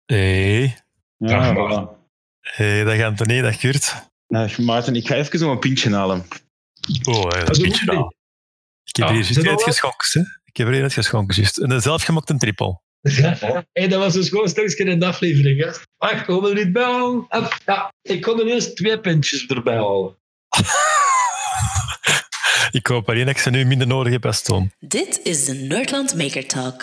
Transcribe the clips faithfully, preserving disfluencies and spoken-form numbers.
Hey. Ja, voilà. Hey, dag Anthony, dag Kurt. Uh, Maarten, ik ga even om een pintje halen. Oh, ja, een pintje halen. Ik heb ah, hier juist uitgeschonken. Ik heb er hier uitgeschonken, juist. Een zelfgemaakte trippel. Ja, hey, dat was dus gewoon een stukje in de aflevering. Hè. Wacht, we gaan er niet bij halen. Ja, ik kon er eerst twee pintjes erbij halen. Ik hoop alleen dat ik ze nu minder nodig heb als Toon. Dit is de Nerdland Maker Talk.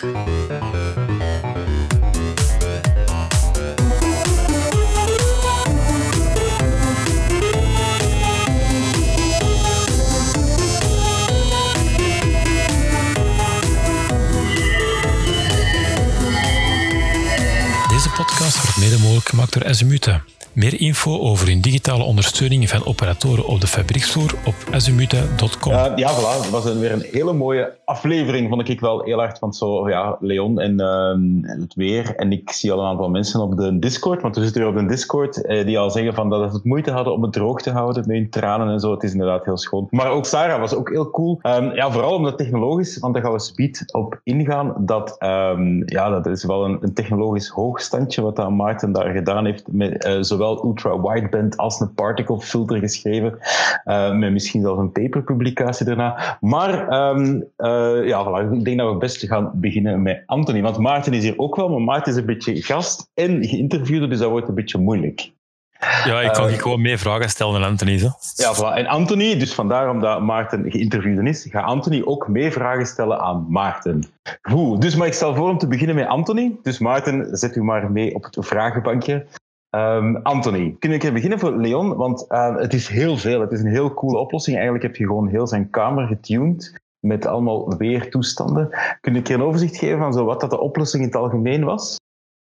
Deze podcast wordt mede mogelijk gemaakt door Azimute. Meer info over hun digitale ondersteuning van operatoren op de fabrieksvloer op azimute punt com. Uh, ja, voilà. Het was een, weer een hele mooie aflevering, vond ik wel heel hard van zo, ja, Leon en, uh, en het weer. En ik zie al een aantal mensen op de Discord, want we zitten weer op de Discord, uh, die al zeggen van dat ze het moeite hadden om het droog te houden met hun tranen en zo. Het is inderdaad heel schoon. Maar ook Sarah was ook heel cool. Um, ja, vooral omdat technologisch, want daar gaan we speed op ingaan, dat, um, ja, dat is wel een, een technologisch hoogstandje wat dat Maarten daar gedaan heeft met uh, zowel ultra-wideband als een particle filter geschreven. Uh, met misschien zelfs een paperpublicatie daarna. Maar um, uh, ja, voilà, ik denk dat we best gaan beginnen met Anthony. Want Maarten is hier ook wel, maar Maarten is een beetje gast en geïnterviewd, dus dat wordt een beetje moeilijk. Ja, ik kan uh, gewoon meer vragen stellen dan Anthony. Zo. Ja, voilà. En Anthony, dus vandaar omdat Maarten geïnterviewd is, gaat Anthony ook meer vragen stellen aan Maarten. Goed, dus maar ik stel voor om te beginnen met Anthony. Dus Maarten, zet u maar mee op het vragenbankje. Um, Anthony, kun je een keer beginnen voor Leon? Want uh, het is heel veel. Het is een heel coole oplossing. Eigenlijk heb je gewoon heel zijn kamer getuned met allemaal weertoestanden. Kun je een keer een overzicht geven van zo wat dat de oplossing in het algemeen was?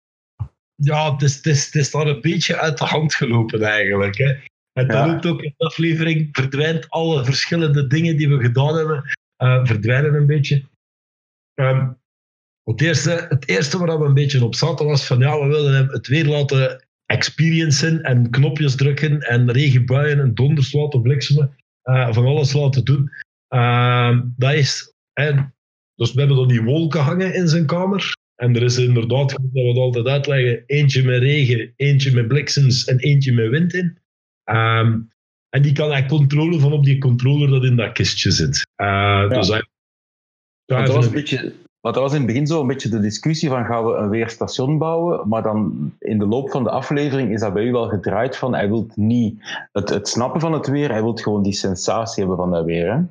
Ja, het is, het is, het is daar een beetje uit de hand gelopen eigenlijk. Hè. En dat loopt ook in de aflevering. Verdwijnt alle verschillende dingen die we gedaan hebben, uh, verdwijnen een beetje. Um, het, eerste, het eerste waar we een beetje op zaten was van ja, we willen hem het weer laten experiencen en knopjes drukken en regenbuien en donders laten bliksemen, uh, van alles laten doen. Uh, dat is, en, dus we hebben dan die wolken hangen in zijn kamer. En er is inderdaad, dat we het altijd uitleggen, eentje met regen, eentje met bliksems en eentje met wind in. Um, en die kan hij controleren van op die controller dat in dat kistje zit. Uh, ja. Dus hij, dat was een beetje... Want dat was in het begin zo een beetje de discussie van gaan we een weerstation bouwen, maar dan in de loop van de aflevering is dat bij u wel gedraaid van hij wil niet het, het snappen van het weer, hij wil gewoon die sensatie hebben van dat weer. Hè?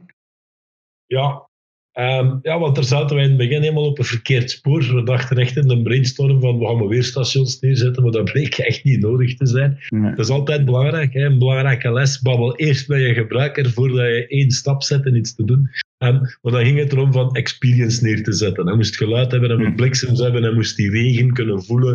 Ja. Um, ja, want daar zaten wij in het begin helemaal op een verkeerd spoor. We dachten echt in een brainstorm van we gaan maar weerstations neerzetten, maar dat bleek echt niet nodig te zijn. Nee. Dat is altijd belangrijk, hè? Een belangrijke les. Babbel eerst met je gebruiker voordat je één stap zet en iets te doen. Um, maar dan ging het erom van experience neer te zetten. Hij moest geluid hebben, hij moest bliksems hebben, hij moest die regen kunnen voelen.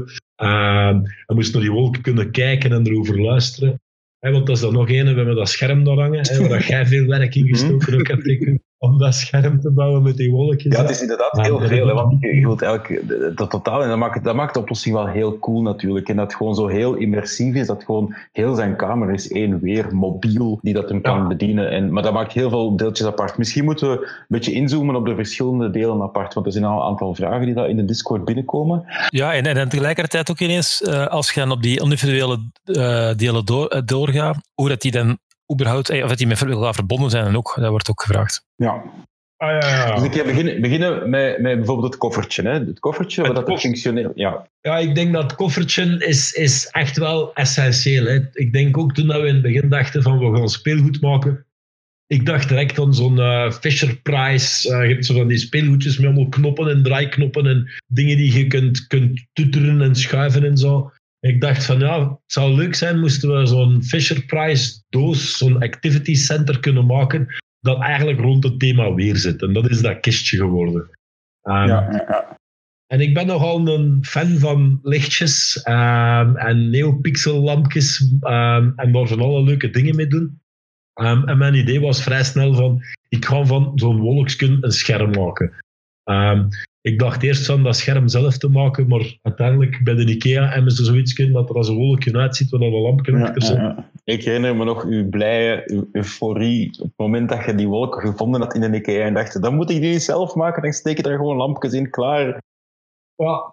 Um, hij moest naar die wolken kunnen kijken en erover luisteren. Hey, want dat is dan nog één, we hebben dat scherm daar hangen, hè, waar jij veel werk in gestoken ook hebt, om dat scherm te bouwen met die wolkjes. Ja, het is inderdaad heel ja, veel, hè, want je wilt eigenlijk dat totaal, en dat maakt, dat maakt de oplossing wel heel cool natuurlijk, en dat het gewoon zo heel immersief is, dat gewoon heel zijn kamer is één weer mobiel, die dat hem kan ja. bedienen, en, maar dat maakt heel veel deeltjes apart. Misschien moeten we een beetje inzoomen op de verschillende delen apart, want er zijn al een aantal vragen die daar in de Discord binnenkomen. Ja, en, en tegelijkertijd ook ineens, uh, als je dan op die individuele uh, delen door, uh, doorgaat, hoe dat die dan überhaupt, of dat die met elkaar verbonden zijn en ook, dat wordt ook gevraagd. Ja. Ah, ja, ja. Dus ik ga beginnen, beginnen met, met bijvoorbeeld het koffertje. Hè? Het koffertje, wat dat koffer... functioneel... Ja. ja, ik denk dat het koffertje is, is echt wel essentieel. Hè? Ik denk ook toen we in het begin dachten van we gaan speelgoed maken. Ik dacht direct aan zo'n uh, Fisher-Price. Uh, je hebt zo van die speelgoedjes met allemaal knoppen en draaiknoppen en dingen die je kunt, kunt tuteren en schuiven en zo. Ik dacht van ja, het zou leuk zijn moesten we zo'n Fisher-Price doos, zo'n activity center kunnen maken dat eigenlijk rond het thema weer zit. En dat is dat kistje geworden. Um, ja, ja, ja. En ik ben nogal een fan van lichtjes um, en neopixel-lampjes um, en daar van alle leuke dingen mee doen. Um, en mijn idee was vrij snel van, ik ga van zo'n wolksje een scherm maken. Um, Ik dacht eerst van dat scherm zelf te maken, maar uiteindelijk bij de IKEA hebben ze zoiets kunnen dat er als een wolkje uitziet waar dat een lampje ja, achter zit. Ja, ja. Ik herinner me nog uw blije uw euforie op het moment dat je die wolken gevonden had in de IKEA en dacht, dan moet ik die zelf maken, dan steek je er gewoon lampjes in, klaar. Ja,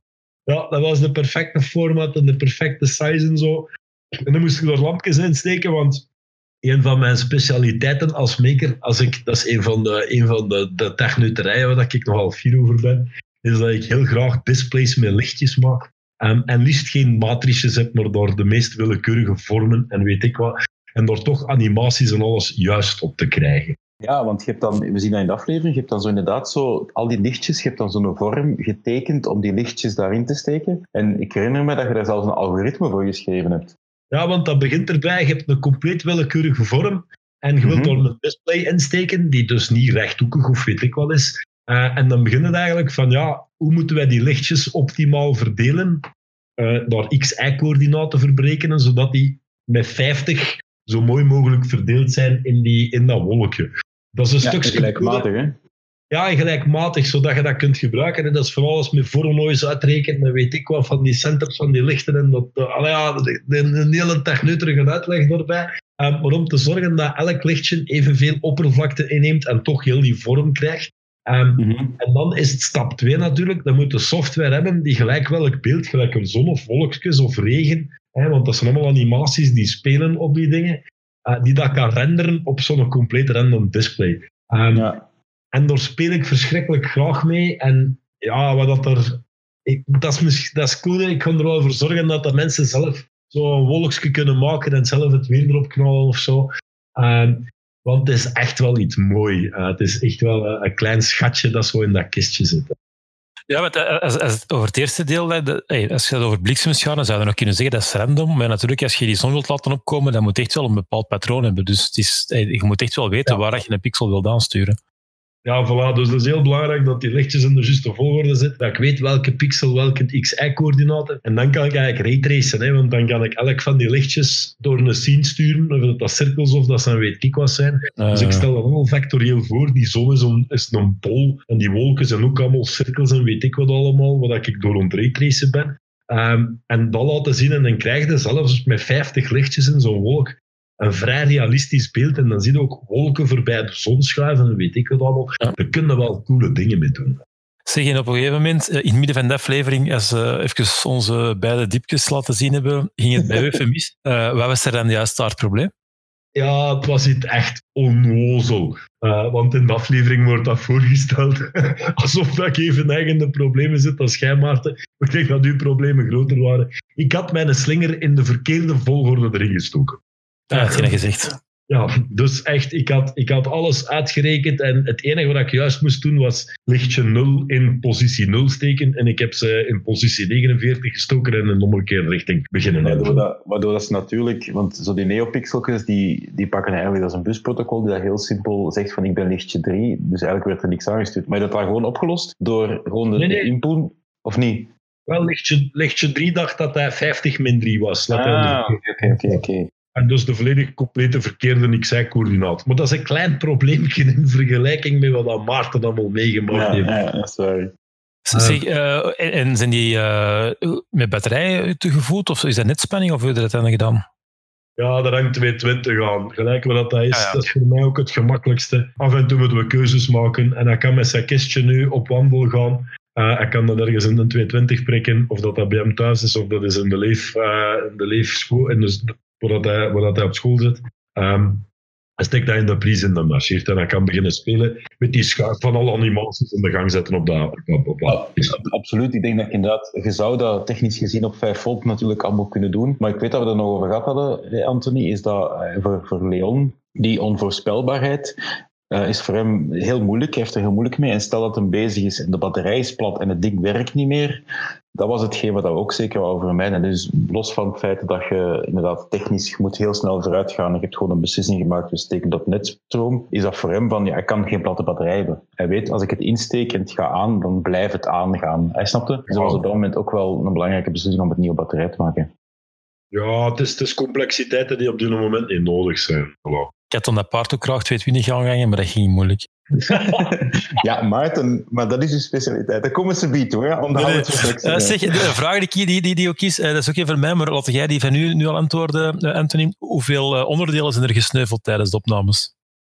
Ja, dat was de perfecte format en de perfecte size en zo. En dan moest ik er lampjes in steken, want een van mijn specialiteiten als maker, als ik, dat is een van de, een van de, de technuterijen waar ik nogal fier over ben, is dat ik heel graag displays met lichtjes maak. Um, en liefst geen matrices heb, maar door de meest willekeurige vormen en weet ik wat. En door toch animaties en alles juist op te krijgen. Ja, want je hebt dan, we zien dat in de aflevering, je hebt dan zo inderdaad zo, al die lichtjes, je hebt dan zo'n vorm getekend om die lichtjes daarin te steken. En ik herinner me dat je daar zelfs een algoritme voor geschreven hebt. Ja, want dat begint erbij, je hebt een compleet willekeurige vorm en je wilt Mm-hmm. er een display insteken die dus niet rechthoekig of weet ik wat is. Uh, en dan begint het eigenlijk van, ja, hoe moeten wij die lichtjes optimaal verdelen, uh, door x-y-coördinaten verberekenen, zodat die met vijftig zo mooi mogelijk verdeeld zijn in, die, in dat wolkje. Dat is een Ja, stukje gelijkmatig, hè? Ja, gelijkmatig, zodat je dat kunt gebruiken. En dat is vooral als met vormnoise uitrekenen, dan weet ik wat van die centers van die lichten. En dat, uh, allee, ja, een hele techneuterige uitleg daarbij. Um, maar om te zorgen dat elk lichtje evenveel oppervlakte inneemt en toch heel die vorm krijgt. Um, Mm-hmm. En dan is het stap twee natuurlijk, dan moet je software hebben die gelijk welk beeld, gelijk een zon of wolkjes of regen, hè, want dat zijn allemaal animaties die spelen op die dingen, uh, die dat kan renderen op zo'n compleet random display. Um, Ja. En daar speel ik verschrikkelijk graag mee. En ja, wat dat er... Ik, dat, is misschien, dat is cool. Ik kan er wel voor zorgen dat de mensen zelf zo'n wolkje kunnen maken en zelf het weer erop knallen of zo. Um, want het is echt wel iets mooi. Uh, het is echt wel een, een klein schatje dat zo in dat kistje zit. Ja, maar als, als het over het eerste deel, de, hey, als je het over bliksems gaat, dan zou je nog kunnen zeggen dat is random. Maar natuurlijk, als je die zon wilt laten opkomen, dan moet je echt wel een bepaald patroon hebben. Dus het is, hey, je moet echt wel weten Ja. waar je een pixel wilt aansturen. Ja, voilà. Dus dat is heel belangrijk dat die lichtjes in de juiste volgorde zitten. Dat ik weet welke pixel, welke x-y-coördinaten. En dan kan ik eigenlijk raytracen, hè, want dan kan ik elk van die lichtjes door een scene sturen. Of dat, dat cirkels of dat zijn weet ik wat zijn. Uh, Dus ik stel dat allemaal vectorieel voor. Die zon is een, is een bol. En die wolken zijn ook allemaal cirkels en weet ik wat allemaal. Wat ik door aan het raytracen ben. Um, en dat laten zien. En dan krijg je zelfs met vijftig lichtjes in zo'n wolk een vrij realistisch beeld. En dan zie je ook wolken voorbij de zon schuiven en weet ik wat allemaal. Ja. Daar kunnen wel coole dingen mee doen. Zeg, en op een gegeven moment, in het midden van de aflevering, als we even onze beide diepjes laten zien hebben, ging het bij u even mis. Uh, wat was er dan juist daar het probleem? Ja, het was iets echt onnozel. Uh, want in de aflevering wordt dat voorgesteld alsof dat ik even eigen de problemen zit als jij, Maarten. Ik denk dat uw problemen groter waren. Ik had mijn slinger in de verkeerde volgorde erin gestoken. Ja, dat had je gezegd. Ja, dus echt, ik had, ik had alles uitgerekend en het enige wat ik juist moest doen was lichtje nul in positie nul steken en ik heb ze in positie negenenveertig gestoken en een omgekeerde richting beginnen. Waardoor dat, waardoor dat is natuurlijk, want zo die neopixeltjes, die, die pakken eigenlijk, dat is een busprotocol die dat heel simpel zegt van ik ben lichtje drie, dus eigenlijk werd er niks aangestuurd. Maar je dat daar gewoon opgelost door gewoon de, Nee, nee. de input, of niet? Wel, lichtje, lichtje drie dacht dat hij vijftig min drie was. Laat hij Ah, onder- oké, oké, oké. En dus de volledig complete verkeerde x-y-coördinaat. Maar dat is een klein probleempje in vergelijking met wat dat Maarten allemaal meegemaakt Ja, heeft. ja, dat is waar. Zeg, uh, en, en zijn die uh, met batterijen toegevoegd of is dat netspanning of hoe heb je dat dan gedaan? Ja, daar hangt tweehonderdtwintig aan. Gelijk wat dat is, Ja, ja. dat is voor mij ook het gemakkelijkste. Af en toe moeten we keuzes maken en hij kan met zijn kistje nu op wandel gaan. Uh, hij kan dat ergens in de tweehonderdtwintig prikken, of dat dat bij hem thuis is, of dat is in de leef, uh, in de leefschool, in de, waar, dat hij, waar dat hij op school zit. Um, hij steekt dat in de prise in, dan marcheert en hij kan beginnen spelen met die schuif van alle animaties in de gang zetten op dat. Op, op, op, Ja, absoluut. Ik denk dat ik inderdaad, je zou dat technisch gezien op vijf volt natuurlijk allemaal kunnen doen. Maar ik weet dat we er nog over gehad hadden, hè, Anthony, is dat uh, voor, voor Leon, die onvoorspelbaarheid uh, is voor hem heel moeilijk. Hij heeft er heel moeilijk mee. En stel dat hem bezig is en de batterij is plat en het ding werkt niet meer, dat was hetgeen wat we ook zeker wouden vermijden. Dus los van het feit dat je inderdaad technisch, je moet heel snel vooruit gaan en je hebt gewoon een beslissing gemaakt, we steken op netstroom, is dat voor hem van, ja, ik kan geen platte batterij hebben. Hij weet, als ik het insteek en het gaat aan, dan blijft het aangaan. Hij snapte? Dus dat was op dat moment ook wel een belangrijke beslissing om het nieuwe batterij te maken. Ja, het is, het is complexiteiten die op dit moment niet nodig zijn. Voilà. Ik had dan dat paard ook graag tweehonderdtwintig aangehangen, maar dat ging moeilijk. Ja, Maarten, maar dat is uw specialiteit. Dat komen ze bieden, hoor. Om de Nee, nee. alles complex te Uh, zijn. zeg, de vraag die, die, die, die ook is, uh, dat is ook even van mij, maar laat jij die van u nu al antwoorden, uh, Anthony. Hoeveel uh, onderdelen zijn er gesneuveld tijdens de opnames?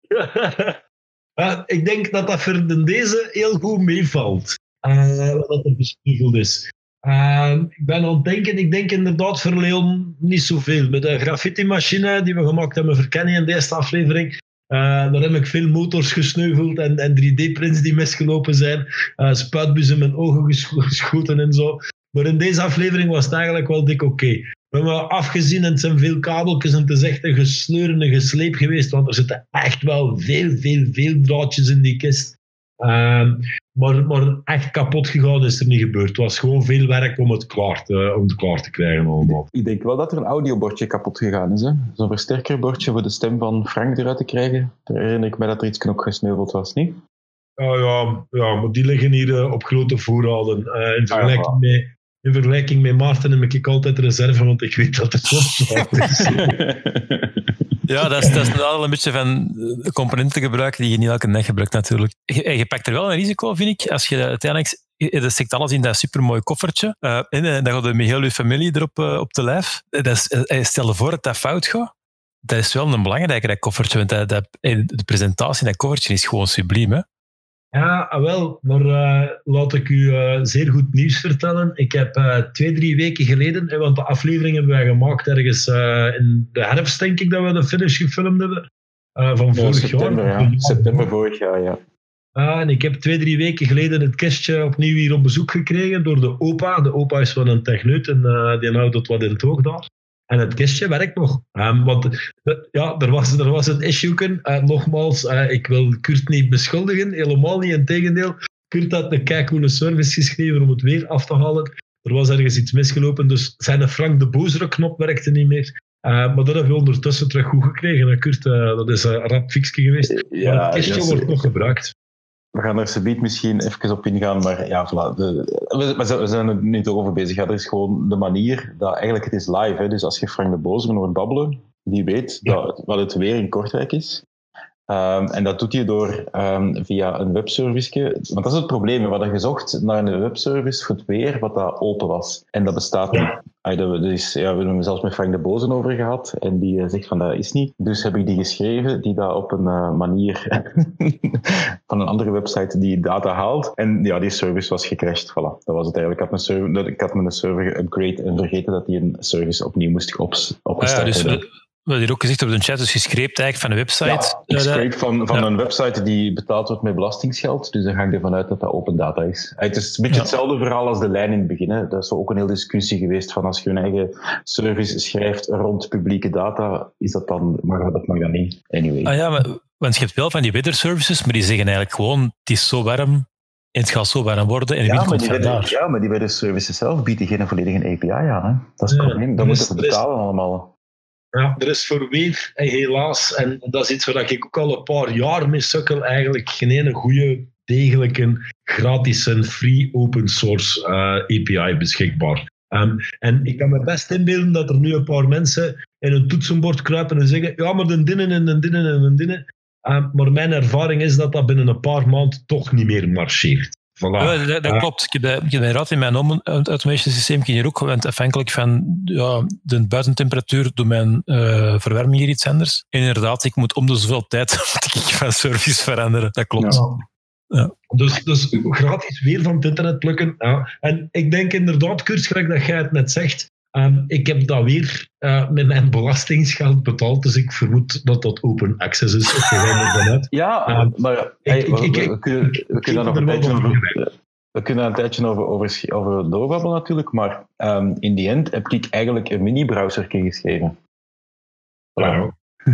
Uh, ik denk dat dat voor deze heel goed meevalt. Uh, wat dat er bespiegeld is. Uh, ik ben aan het denken, ik denk inderdaad voor Leon niet zoveel. Met de graffiti-machine die we gemaakt hebben voor Kenny in de eerste aflevering, uh, daar heb ik veel motors gesneuveld en, en drie D-prints die misgelopen zijn. Uh, spuitbussen in mijn ogen geschoten en zo. Maar in deze aflevering was het eigenlijk wel dik oké. Okay. We hebben afgezien en het zijn veel kabeltjes en het is echt een gesleur en een gesleep geweest, want er zitten echt wel veel, veel, veel draadjes in die kist. Uh, maar, maar echt kapot gegaan is er niet gebeurd. Het was gewoon veel werk om het klaar te, om het klaar te krijgen allemaal. Ik denk wel dat er een audiobordje kapot gegaan is. Hè? Zo'n versterkerbordje voor de stem van Frank eruit te krijgen. Daar herinner ik me dat er iets ook gesneuveld was, niet? Uh, ja, ja, maar die liggen hier uh, op grote voorraden. Uh, in vergelijking ah, ja. met... In vergelijking met Maarten heb ik altijd reserve, want ik weet dat het zo is. Ja, dat is, dat is wel een beetje van componenten gebruiken die je niet elke dag gebruikt natuurlijk. Je, je pakt er wel een risico, vind ik, als je uiteindelijk... Je stikt alles in dat supermooi koffertje uh, en, en dan gaat je met heel je familie erop uh, op de lijf. Dat is, uh, stel je voor dat dat fout gaat. Dat is wel een belangrijke, dat koffertje, want dat, dat, de presentatie in dat koffertje is gewoon subliem, hè? Ja, wel, maar uh, laat ik u uh, zeer goed nieuws vertellen. Ik heb uh, twee, drie weken geleden, eh, want de aflevering hebben wij gemaakt ergens uh, in de herfst, denk ik, dat we de finish gefilmd hebben. Uh, van ja, vorig september, jaar. Ja. September vorig jaar, ja. Uh, en ik heb twee, drie weken geleden het kistje opnieuw hier op bezoek gekregen door de opa. De opa is van een techneut en uh, die houdt het wat in het oog daar. En het kistje werkt nog. Um, want uh, ja, er was, er was een issue. Uh, nogmaals, uh, ik wil Kurt niet beschuldigen. Helemaal niet, integendeel. Kurt had een keicoole service geschreven om het weer af te halen. Er was ergens iets misgelopen, dus zijn Frank de Bozere knop werkte niet meer. Uh, maar dat hebben we ondertussen terug goed gekregen. En Kurt, uh, dat is een rap fixje geweest. Ja, maar het kistje yes. wordt nog gebruikt. We gaan er subiet misschien even op ingaan, maar ja, voilà, de, we, we zijn er niet over bezig. Ja, er is gewoon de manier dat eigenlijk het is live. Hè, dus als je Frank de Bozere hoort babbelen, die weet ja. dat, wat het weer in Kortrijk is. Um, en dat doet hij door um, via een webservice. Want dat is het probleem. We hadden gezocht naar een webservice voor het weer wat dat open was. En dat bestaat niet. Ah, dat, dus, ja, we hebben er zelfs met Frank de Bozere over gehad. En die uh, zegt van dat is niet. Dus heb ik die geschreven die dat op een uh, manier van een andere website die data haalt. En ja, die service was gecrashed. Voilà. Dat was het eigenlijk. Ik had mijn server, ik had mijn server geüpgrade en vergeten dat die een service opnieuw moest op, opgestart ah, ja, dus worden. We... We hebben hier ook gezegd op de chat, dus je screept eigenlijk van een website. Ja, ik screep van, van ja. een website die betaald wordt met belastingsgeld, dus dan ga ik ervan uit dat dat open data is. Het is een beetje ja. hetzelfde verhaal als de lijn in het begin. Hè. Dat is ook een hele discussie geweest van als je een eigen service schrijft rond publieke data, is dat dan, mag dat mag dan niet. Anyway. Ah ja, maar, want je hebt wel van die weather services, maar die zeggen eigenlijk gewoon, het is zo warm en het gaat zo warm worden en de wind komt vandaar. Ja, maar die weather services zelf bieden geen volledige A P I aan. Hè. Dat is het ja, probleem, dan moeten we betalen allemaal. Ja, er is voor weer, helaas, en dat is iets waar ik ook al een paar jaar mee sukkel, eigenlijk geen ene goede, degelijke, gratis en free open source uh, A P I beschikbaar. Um, en ik kan me best inbeelden dat er nu een paar mensen in een toetsenbord kruipen en zeggen, ja, maar de dinnen en de dinnen en de dinnen. Um, maar mijn ervaring is dat dat binnen een paar maanden toch niet meer marcheert. Voilà. Ja, dat, dat klopt. Ik heb dat inderdaad in mijn automation systeem hier ook, want afhankelijk van ja, de buitentemperatuur doet mijn uh, verwarming hier iets anders. En inderdaad, ik moet om de zoveel tijd moet ik van service veranderen. Dat klopt. Ja. Ja. Dus, dus gratis weer van het internet plukken. Ja. En ik denk inderdaad, Kurt, gelijk dat jij het net zegt, um, ik heb dat weer uh, met mijn belastingsgeld betaald, dus ik vermoed dat dat open access is. Of vanuit. Ja, um, maar hey, ik, ik, ik, we kunnen, we kunnen nog een tijdje over, we kunnen een tijdje over, over, over doorbabbelen natuurlijk, maar um, in die end heb ik eigenlijk een mini-browser geschreven. Voilà. Wow.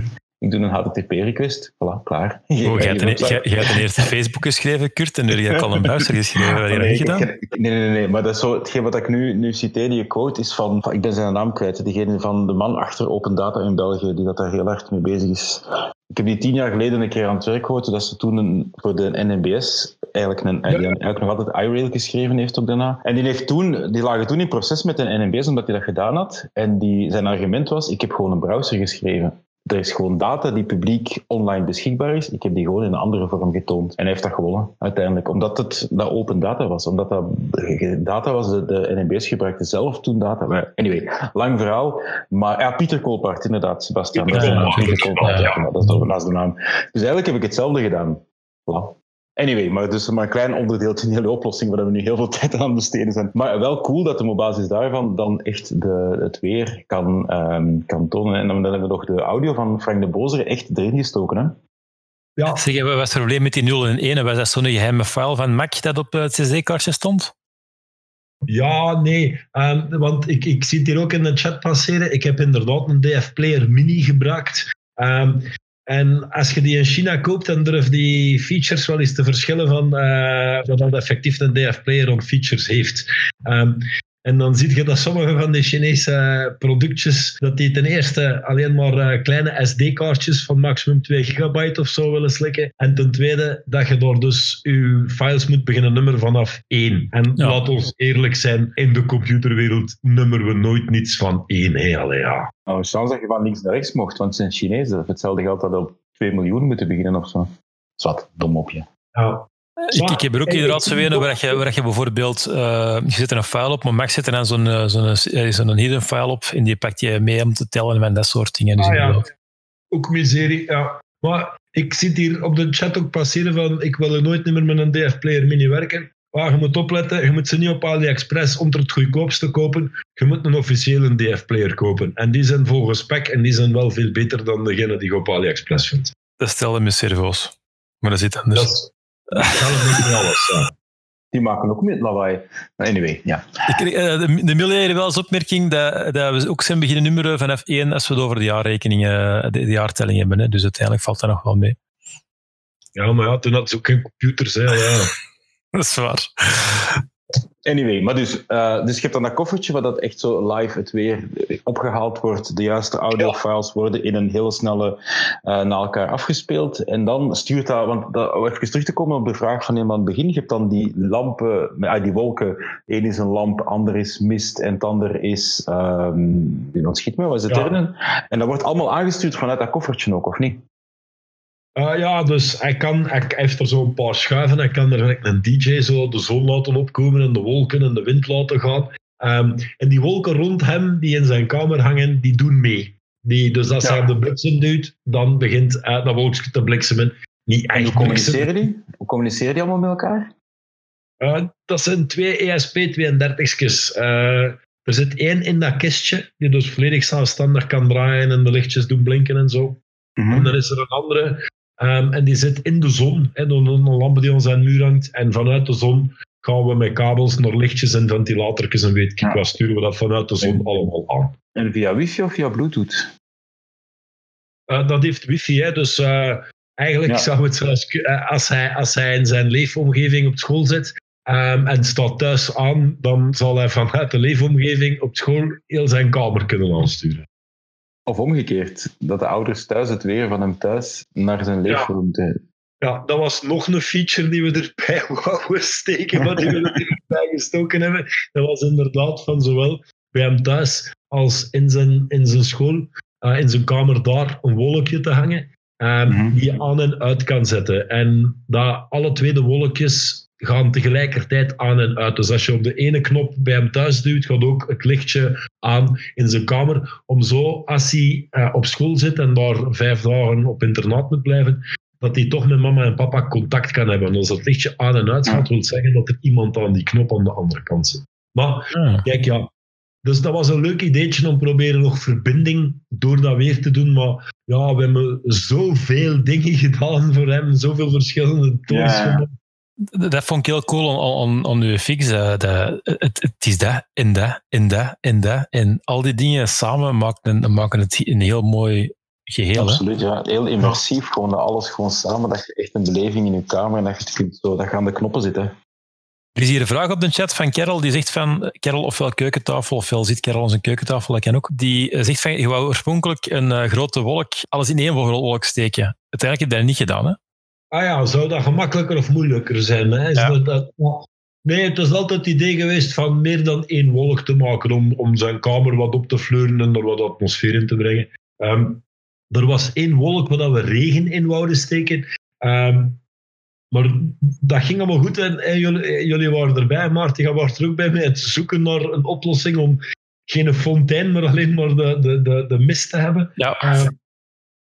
Ik doe een H T T P-request. Voilà, klaar. Oh, jij hebt een eerste Facebook geschreven, Kurt, en nu heb je al een browser geschreven. Wat heb je nee, gedaan? Ik, nee, nee, nee, maar dat is zo, hetgeen wat ik nu, nu citeer, die quote, is van, van, ik ben zijn naam kwijt, diegene van de man achter Open Data in België, die dat daar heel hard mee bezig is. Ik heb die tien jaar geleden een keer aan het werk gehoord, dat ze toen een, voor de N N B S eigenlijk, een, die eigenlijk nog altijd iRail geschreven heeft ook daarna. En die, heeft toen, die lagen toen in proces met een N N B S omdat hij dat gedaan had. En die, zijn argument was, ik heb gewoon een browser geschreven. Er is gewoon data die publiek online beschikbaar is. Ik heb die gewoon in een andere vorm getoond. En hij heeft dat gewonnen, uiteindelijk. Omdat het dat open data was. Omdat dat data was, de, de N N B S gebruikte zelf toen data. Maar anyway, lang verhaal. Maar ja, Pieter Kolpaert, inderdaad, Sebastian. Ja, dat is ja, Pieter Kolpaert, ja, ja. Dat is naast de naam. Dus eigenlijk heb ik hetzelfde gedaan. Voilà. Anyway, maar dus maar een klein onderdeeltje in de hele oplossing, waar we nu heel veel tijd aan besteden zijn. Maar wel cool dat hem op basis daarvan dan echt de, het weer kan, um, kan tonen. En dan hebben we nog de audio van Frank de Bozere echt erin gestoken, hè? Ja. Zeg, wat was het probleem met die nul en één? Was dat zo'n geheime file van Mac dat op het C S D-kaartje stond? Ja, nee. Um, want ik, ik zie het hier ook in de chat passeren. Ik heb inderdaad een D F Player Mini gebruikt. Um, en als je die in China koopt, dan durf die features wel eens te verschillen van uh, wat dat effectief een D F Player on features heeft. Um, En dan zie je dat sommige van die Chinese productjes, dat die ten eerste alleen maar uh, kleine S D-kaartjes van maximum twee gigabyte of zo willen slikken. En ten tweede dat je door dus je files moet beginnen nummeren vanaf één. En ja. Laat ons eerlijk zijn, in de computerwereld nummeren we nooit niets van één. Hey, allee, ja. Nou, chance dat je van links naar rechts mocht, want het zijn Chinezen. Hetzelfde geldt dat op twee miljoen moeten beginnen of zo. Zwat, dom op je. Ja. Ik, ik heb er ook inderdaad zo een waar je, waar je bijvoorbeeld, uh, je zet er een file op, maar Max zet er dan zo'n, zo'n, zo'n hidden file op en die pakt je mee om te tellen en dat soort dingen. Dus ah, ja. Ook miserie, ja. Maar ik zit hier op de chat ook passeren van ik wil er nooit meer met een D F Player Mini werken. Maar je moet opletten, je moet ze niet op AliExpress onder het goedkoopste kopen. Je moet een officiële D F Player kopen. En die zijn volgens spec en die zijn wel veel beter dan degene die je op AliExpress vindt. Dat stelde me servoos. Maar dat zit anders. Dat is, dat is niet alles, ja. Die maken ook met lawaai. Anyway, ja. Ik, uh, de de Mille wel als opmerking dat, dat we ook zijn beginnen nummeren vanaf één als we het over de jaarrekeningen, de, de jaartelling hebben. Hè. Dus uiteindelijk valt dat nog wel mee. Ja, maar ja, toen had ze ook geen computers. Hè, ja. Dat is waar. Anyway, maar dus, uh, dus je hebt dan dat koffertje waar dat echt zo live het weer opgehaald wordt. De juiste audiofiles worden in een hele snelle uh, naar elkaar afgespeeld. En dan stuurt dat, want dat, even terug te komen op de vraag van helemaal aan het begin. Je hebt dan die lampen, uh, die wolken. Eén is een lamp, ander is mist en het ander is, um, die ontschiet me, wat is het ja. derde? En dat wordt allemaal aangestuurd vanuit dat koffertje ook, of niet? Uh, ja, dus hij, kan, hij heeft er zo een paar schuiven. Hij kan er een D J zo de zon laten opkomen en de wolken en de wind laten gaan. Um, en die wolken rond hem, die in zijn kamer hangen, die doen mee. Die, dus als ja. hij op de bliksem duwt, dan begint uh, dat wolkje te bliksemen. Niet echt hoe communiceren die? Hoe communiceren die allemaal met elkaar? Uh, dat zijn twee E S P tweeëndertig's. Uh, er zit één in dat kistje, die dus volledig zelfstandig kan draaien en de lichtjes doen blinken en zo. Mm-hmm. En dan is er een andere... Um, en die zit in de zon, hè, een, een lamp die aan zijn muur hangt. En vanuit de zon gaan we met kabels naar lichtjes en ventilatorjes en weet ik ja. wat, sturen we dat vanuit de zon en, allemaal aan. En via wifi of via bluetooth? Uh, dat heeft wifi, hè, dus uh, eigenlijk ja. zou het zoals, uh, als, hij, als hij in zijn leefomgeving op school zit um, en staat thuis aan, dan zal hij vanuit de leefomgeving op school heel zijn kamer kunnen aansturen. Of omgekeerd, dat de ouders thuis het weer van hem thuis naar zijn leefruimte. Ja. ja, dat was nog een feature die we erbij wouden steken, maar die we erbij gestoken hebben. Dat was inderdaad van zowel bij hem thuis als in zijn, in zijn school, uh, in zijn kamer daar, een wolkje te hangen, um, mm-hmm. die je aan en uit kan zetten. En dat alle twee de wolkjes gaan tegelijkertijd aan en uit. Dus als je op de ene knop bij hem thuis duwt, gaat ook het lichtje aan in zijn kamer. Om zo, als hij uh, op school zit en daar vijf dagen op internaat moet blijven, dat hij toch met mama en papa contact kan hebben. En als dat lichtje aan en uit gaat, wil zeggen dat er iemand aan die knop aan de andere kant zit. Maar, ja. kijk ja. Dus dat was een leuk ideetje om proberen nog verbinding door dat weer te doen. Maar ja, we hebben zoveel dingen gedaan voor hem. Zoveel verschillende toons ja. gemaakt. Dat vond ik heel cool aan, aan uw fix. Dat, dat, het, het is dat en dat en dat en dat. En al die dingen samen maken, maken het een heel mooi geheel. Absoluut, hè? ja. Heel immersief. Gewoon dat alles gewoon samen. Dat je echt een beleving in je kamer en dat je het kunt zo, dat je aan de knoppen zit. Hè. Er is hier een vraag op de chat van Carol. Die zegt van, Carol ofwel keukentafel, ofwel zit Carol aan zijn keukentafel, dat kan ook. Die zegt van, je wou oorspronkelijk een uh, grote wolk, alles in één wolk steken. Uiteindelijk heb je dat niet gedaan, hè? Ah ja, zou dat gemakkelijker of moeilijker zijn? Hè? Is ja. dat, dat, nee, het is altijd het idee geweest van meer dan één wolk te maken om, om zijn kamer wat op te fleuren en er wat atmosfeer in te brengen. Um, er was één wolk waar we regen in wouden steken. Um, maar dat ging allemaal goed en, en jullie, jullie waren erbij. Maarten, je was er ook bij mij het zoeken naar een oplossing om geen fontein, maar alleen maar de, de, de, de mist te hebben. Ja. Uh,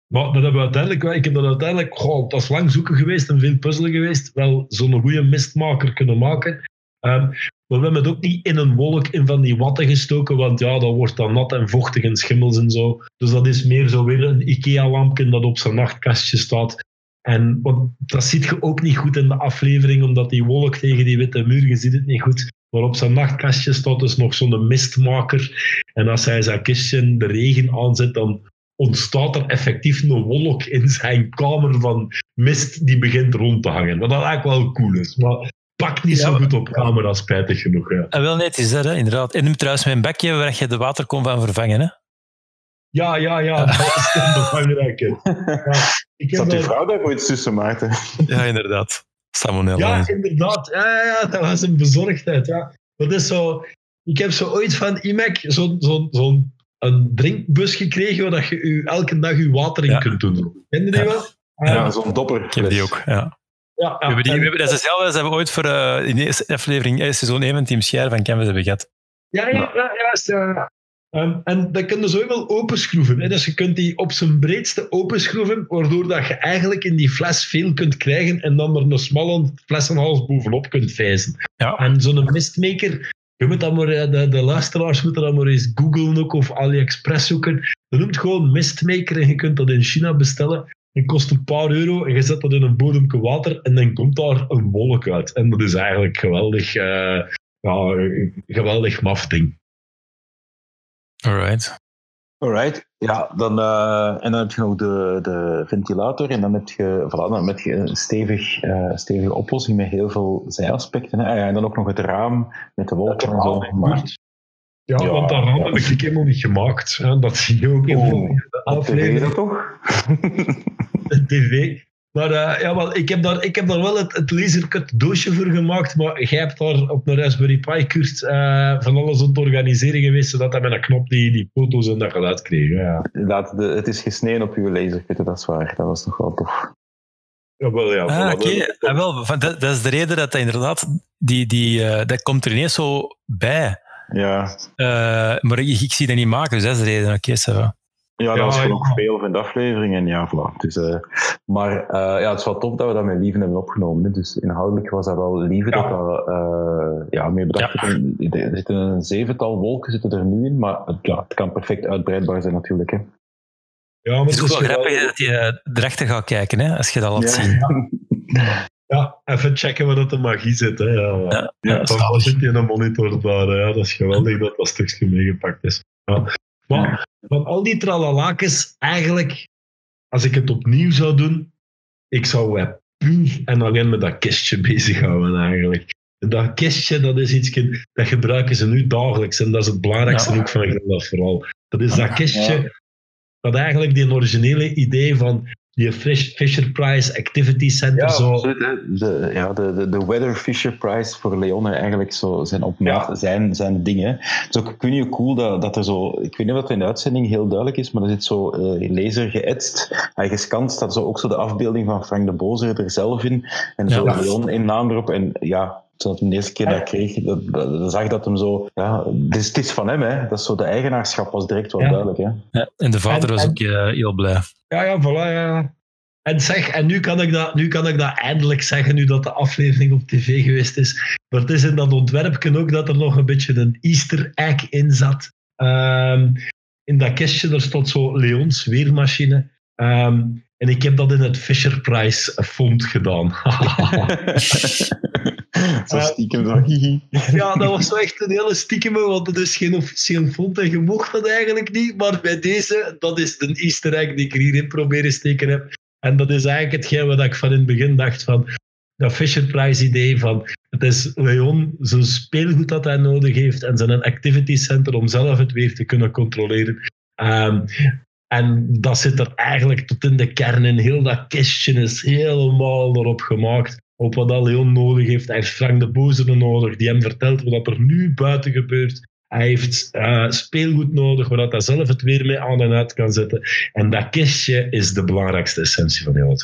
Maar dat hebben we uiteindelijk wel. Ik heb dat uiteindelijk, goh, dat is lang zoeken geweest en veel puzzelen geweest, wel zo'n goede mistmaker kunnen maken. Um, maar we hebben het ook niet in een wolk in van die watten gestoken, want ja, dat wordt dan nat en vochtig en schimmels en zo. Dus dat is meer zo weer een IKEA-lampje dat op zijn nachtkastje staat. En want dat ziet je ook niet goed in de aflevering, omdat die wolk tegen die witte muur, je ziet het niet goed. Maar op zijn nachtkastje staat dus nog zo'n mistmaker. En als hij zijn kistje de regen aanzet, dan ontstaat er effectief een wolk in zijn kamer van mist die begint rond te hangen. Wat dat eigenlijk wel cool is. Maar pakt niet zo goed op camera, spijtig genoeg. Ja. En wel net is dat, hè, inderdaad. En nu trouwens mijn bekje waar je de waterkom van vervangen, hè? Ja, ja, ja. Dat is heel belangrijk. Ja, ik heb Zat uw daar... vrouw daar ooit tussen, Maarten? Ja, inderdaad. Salmonella. Ja, inderdaad. Ja, ja, ja, dat was een bezorgdheid. Ja. Dat is zo... Ik heb zo ooit van I M E C zo'n zo, zo een drinkbus gekregen waar je u elke dag je water in ja. kunt doen. Ken je die ja. wel? Ja, ja, zo'n dopper. Ik heb die ook, ja. Ja, ja, we hebben die, we hebben, dat is hetzelfde als we ooit voor uh, in de eerste aflevering, uh, seizoen één van Team Scher van Canvas hebben gehad. Ja, ja, ja, juist. Ja. Um, en dat kun je zo wel openschroeven. Hè? Dus je kunt die op zijn breedste openschroeven, waardoor dat je eigenlijk in die fles veel kunt krijgen en dan er een smalle flessenhals bovenop kunt vijzen. Ja. En zo'n mistmaker, je moet dat maar, de, de luisteraars moeten dat maar eens googlen ook, of AliExpress zoeken. Je noemt gewoon mistmaker en je kunt dat in China bestellen. Het kost een paar euro en je zet dat in een bodemke water en dan komt daar een wolk uit. En dat is eigenlijk geweldig, uh, ja, geweldig maf ding. Alright. Alright. Ja, dan, uh, en dan heb je nog de, de ventilator en dan heb je, voilà, dan heb je een stevig, uh, stevige oplossing met heel veel zijaspecten. Hè. En dan ook nog het raam met de wolken en zo. Maar, ja, ja, want dat raam heb ik helemaal niet gemaakt. Hè. Dat zie je ook in oh, de aflevering. T V toch? De tv. Maar uh, ja, wel, ik, heb daar, ik heb daar wel het, het lasercut doosje voor gemaakt, maar jij hebt daar op een Raspberry Pi Kurt uh, van alles aan het organiseren geweest, zodat hij met een knop die, die foto's en dat geluid kreeg. Ja. Dat, de, het is gesneden op uw lasercut, dat is waar. Dat was nog wel tof. Jawel, ja. Ah, oké. Okay. Ah, wel, dat, dat is de reden dat dat inderdaad, die, die, uh, dat komt er ineens zo bij. Ja. Uh, maar ik, ik zie dat niet maken, dus dat is de reden. Oké, okay, so. Ja, dat ja, was gewoon ja. veel van de aflevering en ja, voilà. Dus, uh, maar uh, ja, het is wel tof dat we dat met Lieven hebben opgenomen. Hè. Dus inhoudelijk was dat wel Lieven ja. dat dat uh, ja, mee bedacht. Ja. Er zitten een zevental wolken zitten er nu in, maar het, ja, het kan perfect uitbreidbaar zijn natuurlijk. Hè. Ja, maar het is ook wel grappig wel... dat je erachter gaat kijken, hè, als je dat laat ja. zien. Ja. ja, even checken waar dat de magie zit. Hè. Ja, ja, ja, dan zit je in een monitor daar. Hè. Dat is geweldig dat dat stukje meegepakt is. Ja. Maar van al die tralalakes, eigenlijk, als ik het opnieuw zou doen, ik zou uh, puur en alleen met dat kistje bezighouden eigenlijk. Dat kistje, dat is iets, dat gebruiken ze nu dagelijks en dat is het belangrijkste ja. ook van dat vooral. Dat is dat kistje, ja. dat eigenlijk die originele idee van die Fisher Price Activity Center. Ja, zo. Absoluut, de, ja, de, de, de Weather Fisher Price voor Leon eigenlijk zo zijn op maat, ja. zijn, zijn dingen. Het is ook, ik weet niet hoe cool dat, dat er zo, ik weet niet of dat in de uitzending heel duidelijk is, maar er zit zo uh, laser geëtst en gescand staat zo ook zo de afbeelding van Frank de Bozer er zelf in en zo ja. Leon in naam erop en ja, toen de eerste keer dat ik kreeg, dat, dat zag dat hem zo, ja, het is, het is van hem, hè. Dat is zo de eigenaarschap was direct wel ja. duidelijk, hè. Ja, en de vader en, was ook uh, heel blij. Ja, ja, voilà, ja. En zeg, en nu kan, ik dat, nu kan ik dat eindelijk zeggen, nu dat de aflevering op tv geweest is. Maar het is in dat ontwerpje ook dat er nog een beetje een Easter egg in zat. Um, in dat kistje, daar stond zo Leons weermachine. Um, en ik heb dat in het Fisher Price font gedaan. Zo stiekem zo. Ja, dat was zo echt een hele stiekeme, want het is geen officieel font en je mocht dat eigenlijk niet. Maar bij deze, dat is de Easter egg die ik hierin proberen steken heb. En dat is eigenlijk hetgeen wat ik van in het begin dacht van dat Fisher Price idee van het is Leon zijn speelgoed dat hij nodig heeft en zijn activity center om zelf het weer te kunnen controleren. Um, en dat zit er eigenlijk tot in de kern in. Heel dat kistje is helemaal erop gemaakt op wat dat Leon nodig heeft. Hij heeft Frank de Bozer nodig die hem vertelt wat er nu buiten gebeurt. Hij heeft uh, speelgoed nodig, waar hij zelf het weer mee aan en uit kan zetten. En dat kistje is de belangrijkste essentie van heel het.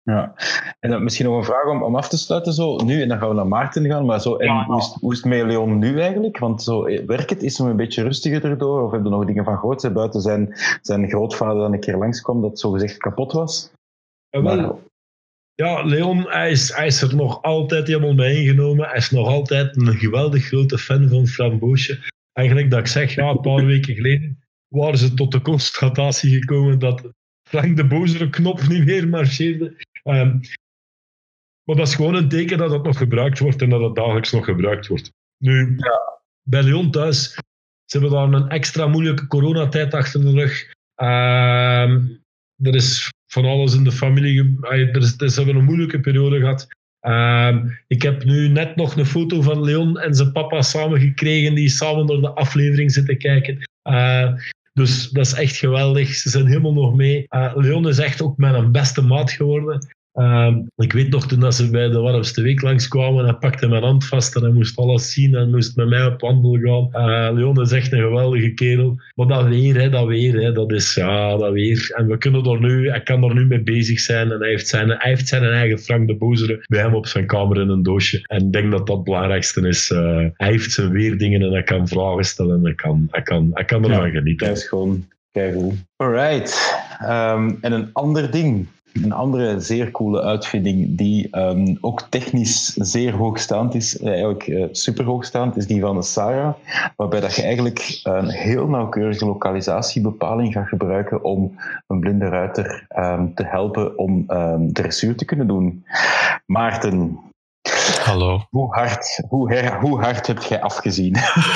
Ja. En dan misschien nog een vraag om, om af te sluiten zo nu, en dan gaan we naar Maarten gaan, maar zo, en Ja. hoe, is, hoe is het met Leon nu eigenlijk? Want zo, werkt het, is hem een beetje rustiger erdoor, of hebben er nog dingen van gehoord? Zijn buiten zijn, zijn grootvader dan een keer langskwam dat zogezegd kapot was? Ja, wel, Maar- ja, Leon, hij is, hij is er nog altijd helemaal mee ingenomen. Hij is nog altijd een geweldig grote fan van Framboosje. Eigenlijk dat ik zeg, ja, een paar weken geleden waren ze tot de constatatie gekomen dat Frank de Bozere knop niet meer marcheerde. Um, maar dat is gewoon een teken dat het nog gebruikt wordt en dat het dagelijks nog gebruikt wordt. Nu, Ja. bij Leon thuis, ze hebben daar een extra moeilijke coronatijd achter de rug. Um, er is van alles in de familie. ge- ah, er is, Ze hebben een moeilijke periode gehad. Um, ik heb nu net nog een foto van Leon en zijn papa samen gekregen, die samen door de aflevering zitten kijken. Uh, dus dat is echt geweldig. Ze zijn helemaal nog mee. Uh, Leon is echt ook mijn beste maat geworden. Um, ik weet nog toen dat ze bij de warmste week langskwamen, hij pakte mijn hand vast en hij moest alles zien en moest met mij op wandel gaan. Uh, Leon is echt een geweldige kerel. Maar dat weer, hè, dat weer, hè, dat is ja, dat weer. En we kunnen er nu, hij kan er nu mee bezig zijn en hij heeft zijn, hij heeft zijn eigen Frank de Bozere bij hem op zijn kamer in een doosje. En ik denk dat dat het belangrijkste is. Uh, hij heeft zijn weerdingen en hij kan vragen stellen en hij kan, hij kan, hij kan ervan Ja, genieten. Dat is gewoon keigoed. Alright. Um, en een ander ding. Een andere zeer coole uitvinding die um, ook technisch zeer hoogstaand is, eigenlijk uh, super hoogstaand, is die van de Sarah, waarbij dat je eigenlijk een heel nauwkeurige lokalisatiebepaling gaat gebruiken om een blinde ruiter um, te helpen om um, dressuur te kunnen doen. Maarten, Hallo. hoe hard, hoe, her, hoe hard heb jij afgezien?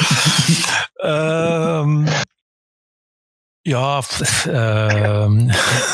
Um, ja, pff, um,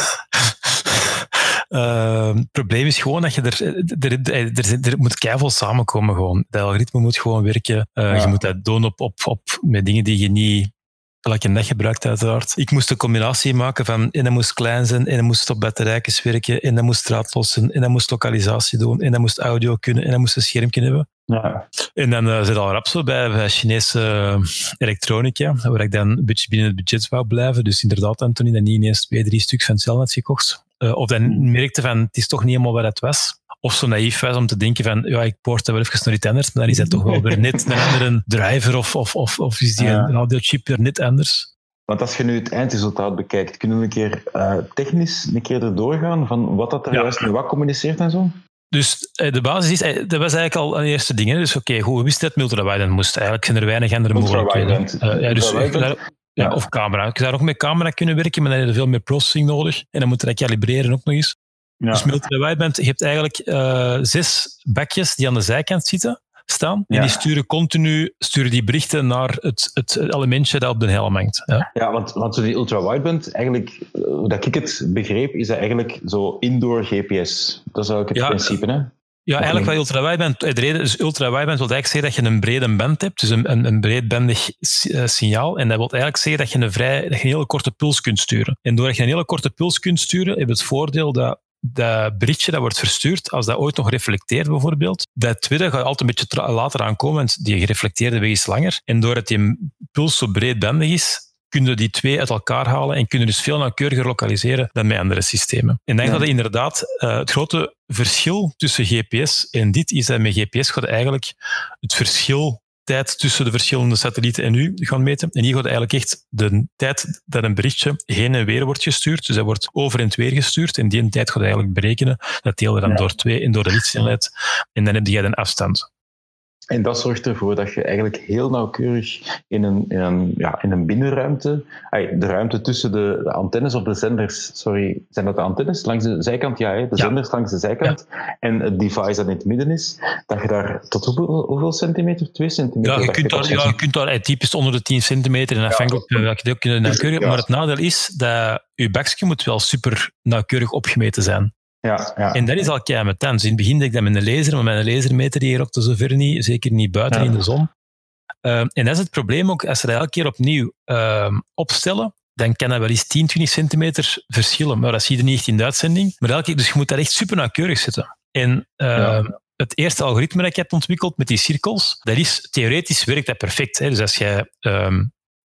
Uh, het probleem is gewoon dat je er... Er, er, er, er moet keiveel samenkomen gewoon. Het algoritme moet gewoon werken. Uh, ja. Je moet dat doen op, op, op, met dingen die je niet elke dag gebruikt uiteraard. Ik moest een combinatie maken van en dat moest klein zijn, en dat moest op batterijtjes werken, en dat moest straatlos zijn, en dat moest lokalisatie doen, en dat moest audio kunnen, en dat moest een schermpje hebben. Ja. En dan uh, zit al rap zo bij, bij Chinese uh, elektronica, waar ik dan een beetje binnen het budget wou blijven. Dus inderdaad, Anthony, dat niet ineens twee, drie stuks van Celnet gekocht. Uh, of dan merkte van, het is toch niet helemaal wat het was. Of zo naïef was om te denken van, ja, ik poort dat wel even naar iets anders, maar dan is dat toch wel weer net een andere driver of, of, of, of is die ja. een audiochip weer net anders. Want als je nu het eindresultaat bekijkt, kunnen we een keer uh, technisch een keer erdoor gaan van wat dat er ja. juist met wat communiceert en zo? Dus de basis is, dat was eigenlijk al een eerste ding. Hè. Dus oké, okay, hoe wist dat ultrawideband moest? Eigenlijk zijn er weinig andere mogelijkheden. Uh, ja, dus daar, ja, of camera. Je zou ook met camera kunnen werken, maar dan heb je veel meer processing nodig. En dan moet je dat kalibreren ook nog eens. Ja. Dus met ultrawideband, je hebt eigenlijk uh, zes bakjes die aan de zijkant zitten, staan. Ja. En die sturen continu sturen die berichten naar het, het elementje dat op de helm hangt. Ja, ja want, want zo die ultrawideband, eigenlijk, hoe dat ik het begreep, is dat eigenlijk zo indoor G P S. Dat is eigenlijk het ja, principe, hè? Ja, eigenlijk wat ultrawideband... De reden is ultrawideband wil eigenlijk zeggen dat je een brede band hebt, dus een, een, een breedbandig signaal. En dat wil eigenlijk zeggen dat je een, vrij, dat je een hele korte puls kunt sturen. En doordat je een hele korte puls kunt sturen, heb je het voordeel dat dat berichtje dat wordt verstuurd, als dat ooit nog reflecteert bijvoorbeeld, dat tweede gaat altijd een beetje tra- later aankomen, want die gereflecteerde weg is langer. En doordat die puls zo breedbandig is, kunnen die twee uit elkaar halen en kunnen dus veel nauwkeuriger lokaliseren dan met andere systemen. En dan gaat het inderdaad, uh, het grote verschil tussen G P S en dit is dat met G P S gaat eigenlijk het verschil tijd tussen de verschillende satellieten en u gaan meten. En hier gaat eigenlijk echt de tijd dat een berichtje heen en weer wordt gestuurd. Dus dat wordt over en weer gestuurd. En die tijd gaat eigenlijk berekenen. Dat deel je dan ja. door twee en door de lichtsnelheid. En dan heb je een afstand. En dat zorgt ervoor dat je eigenlijk heel nauwkeurig in een, in een, ja, in een binnenruimte, de ruimte tussen de, de antennes of de zenders, sorry, zijn dat de antennes langs de zijkant? Ja, hè? de ja. zenders langs de zijkant ja. en het device dat in het midden is, dat je daar tot hoeveel, hoeveel centimeter? Twee centimeter? Ja, je kunt daar, ja, je kunt daar typisch onder de tien centimeter en afhankelijk ja, dat je dat ook nauwkeurig, ja. maar het nadeel is dat je bakje moet wel super nauwkeurig opgemeten zijn. Ja, ja. En dat is al kei met ten. Dus in het begin deed ik dat met een laser, maar met een lasermeter die hier te zover niet, zeker niet buiten ja. in de zon. Uh, en dat is het probleem ook, als ze dat elke keer opnieuw uh, opstellen, dan kan dat wel eens tien, twintig centimeter verschillen. Maar dat zie je niet echt in de uitzending. Maar elke keer, dus je moet dat echt super nauwkeurig zetten. En uh, ja. het eerste algoritme dat ik heb ontwikkeld met die cirkels, dat is, theoretisch werkt dat perfect. Hè? Dus als jij um,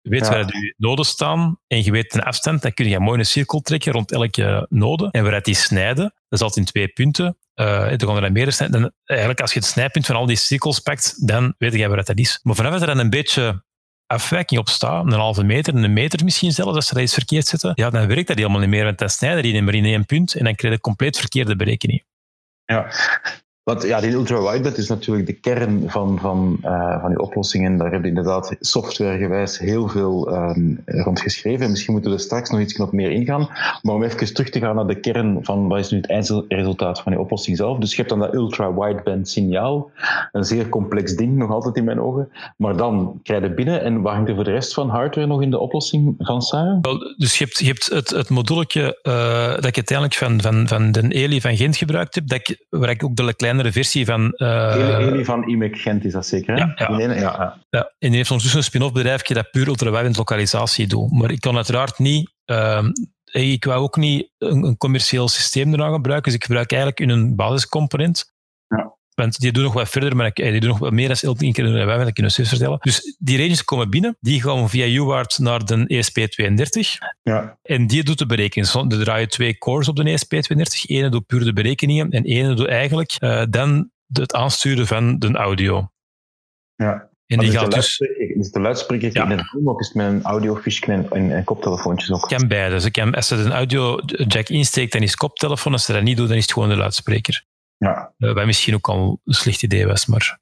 weet Ja. waar je noden staan en je weet een afstand, dan kun je mooi een cirkel trekken rond elke node. En waaruit die snijden, dat is altijd in twee punten. Uh, dan gaan er meer snijden. Dan, eigenlijk als je het snijpunt van al die cirkels pakt, dan weet je waaruit dat is. Maar vanaf dat er dan een beetje afwijking op staat, een halve meter, een meter misschien zelfs, als ze dat iets verkeerd zetten, ja, dan werkt dat helemaal niet meer, want dan snijden die maar in één punt en dan krijg je compleet verkeerde berekening. Ja. Want ja, die ultra-wideband is natuurlijk de kern van, van, uh, van die oplossingen. Daar heb je inderdaad softwaregewijs heel veel um, rond geschreven. Misschien moeten we er straks nog iets nog meer ingaan. Maar om even terug te gaan naar de kern van wat is nu het eindresultaat van die oplossing zelf. Dus je hebt dan dat ultra-wideband signaal. Een zeer complex ding, nog altijd in mijn ogen. Maar dan krijg je binnen. En waar hangt er voor de rest van hardware nog in de oplossing van Sarah? Wel, dus je hebt, je hebt het, het moduletje uh, dat ik uiteindelijk van, van, van de Eli van Gent gebruikt heb, dat ik, waar ik ook de kleine versie van... Uh, Eli van I M E C Gent is dat zeker, hè? Ja, ja. Nee, nee, ja, ja. ja. En die heeft ondertussen een spin-off bedrijfje dat puur ultra-wideband lokalisatie doet. Maar ik kan uiteraard niet... Uh, ik wou ook niet een, een commercieel systeem eraan gebruiken, dus ik gebruik eigenlijk een basiscomponent. Ja. Want die doen nog wat verder, maar ik, die doen nog wat meer dan één keer de wij, dat kunnen we vertellen. Dus die ranges komen binnen, die gaan via U A R T naar de E S P tweeëndertig. Ja. En die doet de berekening. Er draaien twee cores op de E S P tweeëndertig. Ene doet puur de berekeningen en ene doet eigenlijk uh, dan het aansturen van de audio. Ja. En die dus gaat de dus... Dus de luidspreker Ja. in het room ook is met een audiofishje en, en, en koptelefoontjes ook. kan beide. Dus kan, als ze een audio jack insteekt, dan is het koptelefoon. Als ze dat niet doet, dan is het gewoon de luidspreker. Ja. Uh, wat misschien ook al een slecht idee was, maar...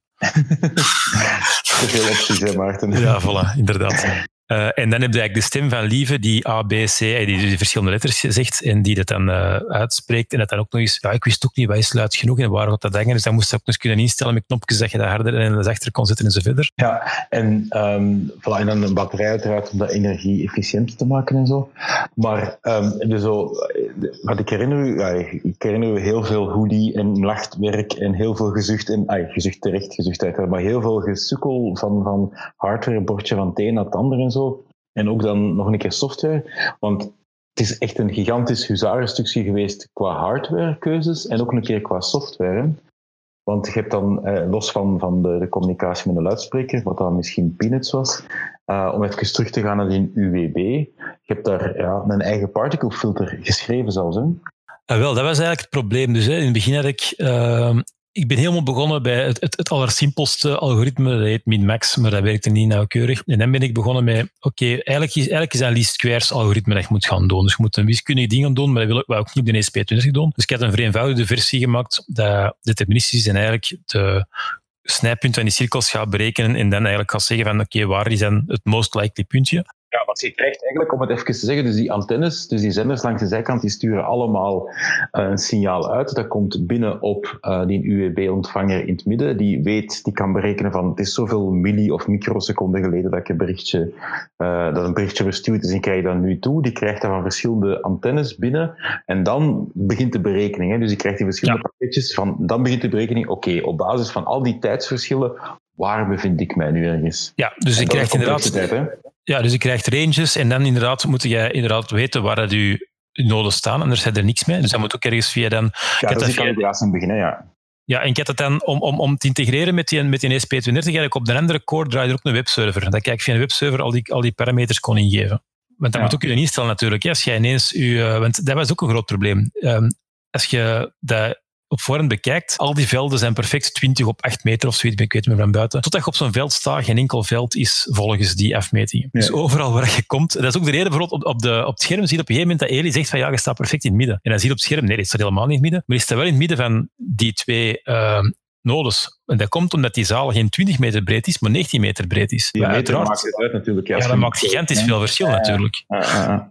Te veel opties, hè, Maarten? Ja, voilà, inderdaad. Uh, en dan heb je eigenlijk de stem van Lieve die A, B, C, die, die verschillende letters zegt en die dat dan uh, uitspreekt. En dat dan ook nog eens... Ja, ik wist ook niet, wat is luid genoeg en waar gaat dat hangen. Dus dan moest je ook nog eens kunnen instellen met knopjes dat je dat harder en zachter kon zetten en zo verder. Ja, en, um, voilà, en dan een batterij uiteraard om dat energie-efficiënt te maken en zo. Maar um, dus zo, wat ik herinner u, ja, ik herinner u heel veel hoodie en nachtwerk en heel veel gezucht, en, ay, gezucht terecht, gezucht uiteraard, maar heel veel gesukkel van, van hardwarebordje van het een naar het ander en zo. En ook dan nog een keer software, want het is echt een gigantisch huzarenstukje geweest qua hardwarekeuzes en ook een keer qua software. Hè? Want je hebt dan, eh, los van, van de, de communicatie met de luidspreker, wat dan misschien peanuts was, uh, om even terug te gaan naar die U W B, je hebt daar ja, een eigen particle filter geschreven zelfs. Hè? Uh, wel, dat was eigenlijk het probleem. Dus, hè. In het begin had ik... Uh, ik ben helemaal begonnen bij het, het, het allersimpelste algoritme, dat heet min-max, maar dat werkte niet nauwkeurig. En dan ben ik begonnen met, oké, okay, eigenlijk, is, eigenlijk is dat een least squares algoritme dat je moet gaan doen. Dus je moet een wiskundig ding gaan doen, maar dat wil ik wel ook niet op de E S P tweeëntwintig doen. Dus ik had een vereenvoudigde versie gemaakt dat deterministisch is en eigenlijk de snijpunt van die cirkels gaat berekenen en dan eigenlijk gaat zeggen van, oké, okay, waar is dan het most likely puntje? Ja, wat je krijgt eigenlijk, om het even te zeggen, dus die antennes, dus die zenders langs de zijkant, die sturen allemaal uh, een signaal uit. Dat komt binnen op uh, die U W B-ontvanger in het midden. Die weet, die kan berekenen van, het is zoveel milli- of microseconden geleden dat ik een berichtje, uh, dat een berichtje verstuurd is en krijg je dat nu toe. Die krijgt dat van verschillende antennes binnen en dan begint de berekening. Hè. Dus die krijgt die verschillende ja. pakketjes van, dan begint de berekening, oké, okay, op basis van al die tijdsverschillen, waar bevind ik mij nu ergens? Ja, dus je krijgt inderdaad... Hè? Ja, dus je krijgt ranges en dan inderdaad moet je inderdaad weten waar dat je noden staan. Anders heb je er niks mee. Dus dat moet ook ergens via dan... Ja, dat is die calibratie in het begin, ja. Ja, en ik had het dan, om, om, om te integreren met die, met die E S P tweeëndertig, eigenlijk op de andere core draait er ook een webserver. Dat ik via een webserver al die, al die parameters kon ingeven. Want dat ja. moet ook kunnen instellen natuurlijk. Hè. Als jij ineens... Je, want dat was ook een groot probleem. Um, als je dat op voorhand bekijkt, al die velden zijn perfect twintig op acht meter of zoiets, ik weet niet meer van buiten. Totdat je op zo'n veld staat, geen enkel veld is volgens die afmetingen. Ja. Dus overal waar je komt, dat is ook de reden bijvoorbeeld op, op, de, op het scherm zie je op een gegeven moment dat Eli zegt van ja, je staat perfect in het midden. En dan zie je op het scherm, nee, dit staat helemaal niet in het midden, maar die staat wel in het midden van die twee uh, nodes. En dat komt omdat die zaal geen twintig meter breed is, maar negentien meter breed is. Ja, uiteraard maakt het uit natuurlijk. Ja, dat maakt gigantisch veel verschil ja, natuurlijk. Ja, ja, ja.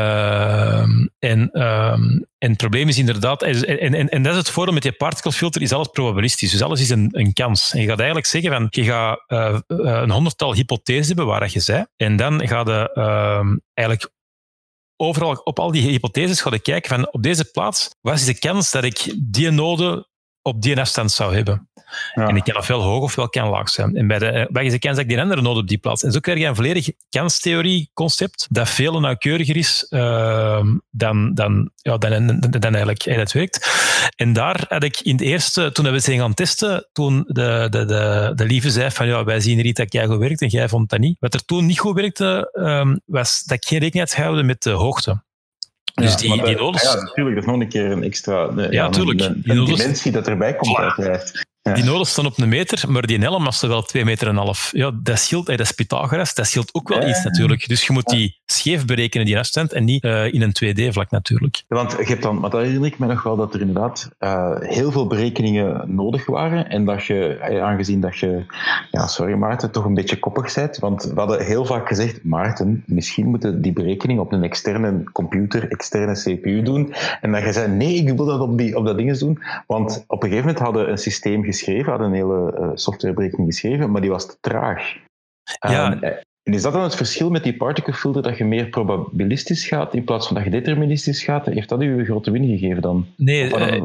Uh, en, uh, en het probleem is inderdaad, en, en, en dat is het voordeel met die particle filter, is alles probabilistisch. Dus alles is een, een kans. En je gaat eigenlijk zeggen van, je gaat uh, een honderdtal hypothesen hebben waar dat je zei, en dan ga je uh, eigenlijk overal op al die hypotheses ga je kijken van, op deze plaats, wat is de kans dat ik die node op die afstand zou hebben. Ja. En die kan ofwel hoog ofwel kan laag zijn. En bij de, bij de kans dat ik die andere nood op die plaats. En zo krijg je een volledig kanstheorie-concept dat veel nauwkeuriger is uh, dan, dan, ja, dan, dan, dan eigenlijk hey, dat werkt. En daar had ik in de eerste, toen we zijn gaan testen, toen de, de, de, de lieve zei van ja, wij zien hier iets dat jij goed werkt en jij vond dat niet. Wat er toen niet goed werkte, um, was dat ik geen rekening had gehouden met de hoogte. Dus ja, die, die dat, nodes... Ja, natuurlijk. Dat is nog een keer een extra de, ja, ja, tuurlijk. Een, Die een nodes... dimensie dat erbij komt Voilà. uiteraard. Ja. Die nodes staan op een meter, maar die helm was wel twee meter en een half. Ja, dat scheelt, dat is Pythagoras, dat scheelt ook wel ja. iets natuurlijk. Dus je moet die scheef berekenen, die afstand, en niet uh, in een twee D-vlak natuurlijk. Ja, want je hebt dan, maar dat herinner ik me nog wel, dat er inderdaad uh, heel veel berekeningen nodig waren. En dat je, aangezien dat je, ja, sorry Maarten, toch een beetje koppig bent. Want we hadden heel vaak gezegd, Maarten, misschien moeten die berekening op een externe computer, externe C P U doen. En dat je zei, nee, ik wil dat op, die, op dat ding eens doen. Want op een gegeven moment hadden we een systeem geschreven, hadden een hele uh, softwareberekening geschreven, maar die was te traag. Ja. Um, En is dat dan het verschil met die particle filter, dat je meer probabilistisch gaat in plaats van dat je deterministisch gaat? Heeft dat u een grote win gegeven dan? Nee, uh,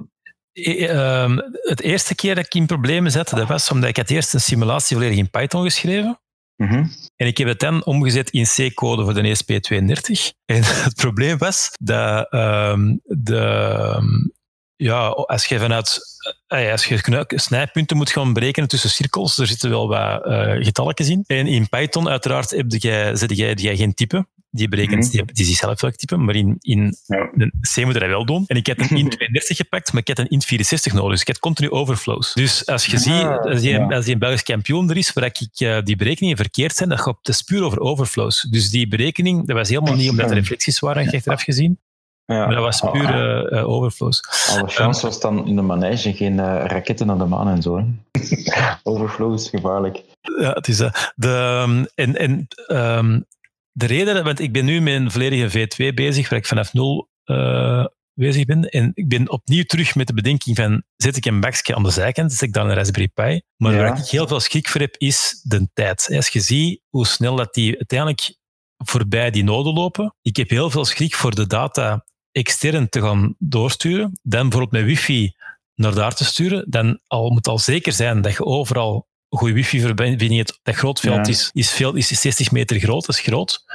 uh, um, het eerste keer dat ik in problemen zette, dat was omdat ik had eerst een simulatie volledig in Python geschreven. Mm-hmm. En ik heb het dan omgezet in C-code voor de E S P tweeëndertig. En het probleem was dat um, de... Um, ja, als je vanuit... Als je snijpunten moet gaan berekenen tussen cirkels, er zitten wel wat uh, getalletjes in. En in Python, uiteraard, heb jij, zet jij, jij geen type. Die berekent, mm-hmm. die, die zichzelf welk type, maar in, in ja. de C moet je dat wel doen. En ik heb een int tweeëndertig gepakt, maar ik heb een int vierenzestig nodig. Dus ik heb continu overflows. Dus als je ja, ziet, als je, ja. als je een Belgisch kampioen er is, waar ik uh, die berekeningen verkeerd zijn, dat gaat het puur over overflows. Dus die berekening, dat was helemaal niet omdat er reflecties waren, achteraf gezien. Ja. Maar dat was puur uh, uh, overflows. Alle chance um, was dan in de manege geen uh, raketten naar de maan en zo. Hè? Overflows, gevaarlijk. Ja, het is dat. Uh, en, en um, de reden, want ik ben nu met een volledige V twee bezig, waar ik vanaf nul uh, bezig ben. En ik ben opnieuw terug met de bedenking van, zet ik een bakje aan de zijkant, zet ik dan een Raspberry Pi. Maar ja. waar ik heel veel schrik voor heb, is de tijd. Als je ziet hoe snel dat die uiteindelijk voorbij die noden lopen. Ik heb heel veel schrik voor de data extern te gaan doorsturen, dan bijvoorbeeld met wifi naar daar te sturen, dan al, moet al zeker zijn dat je overal goede wifi-verbinding hebt. Dat grootveld ja. is, is, veel, is zestig meter groot, dat is groot.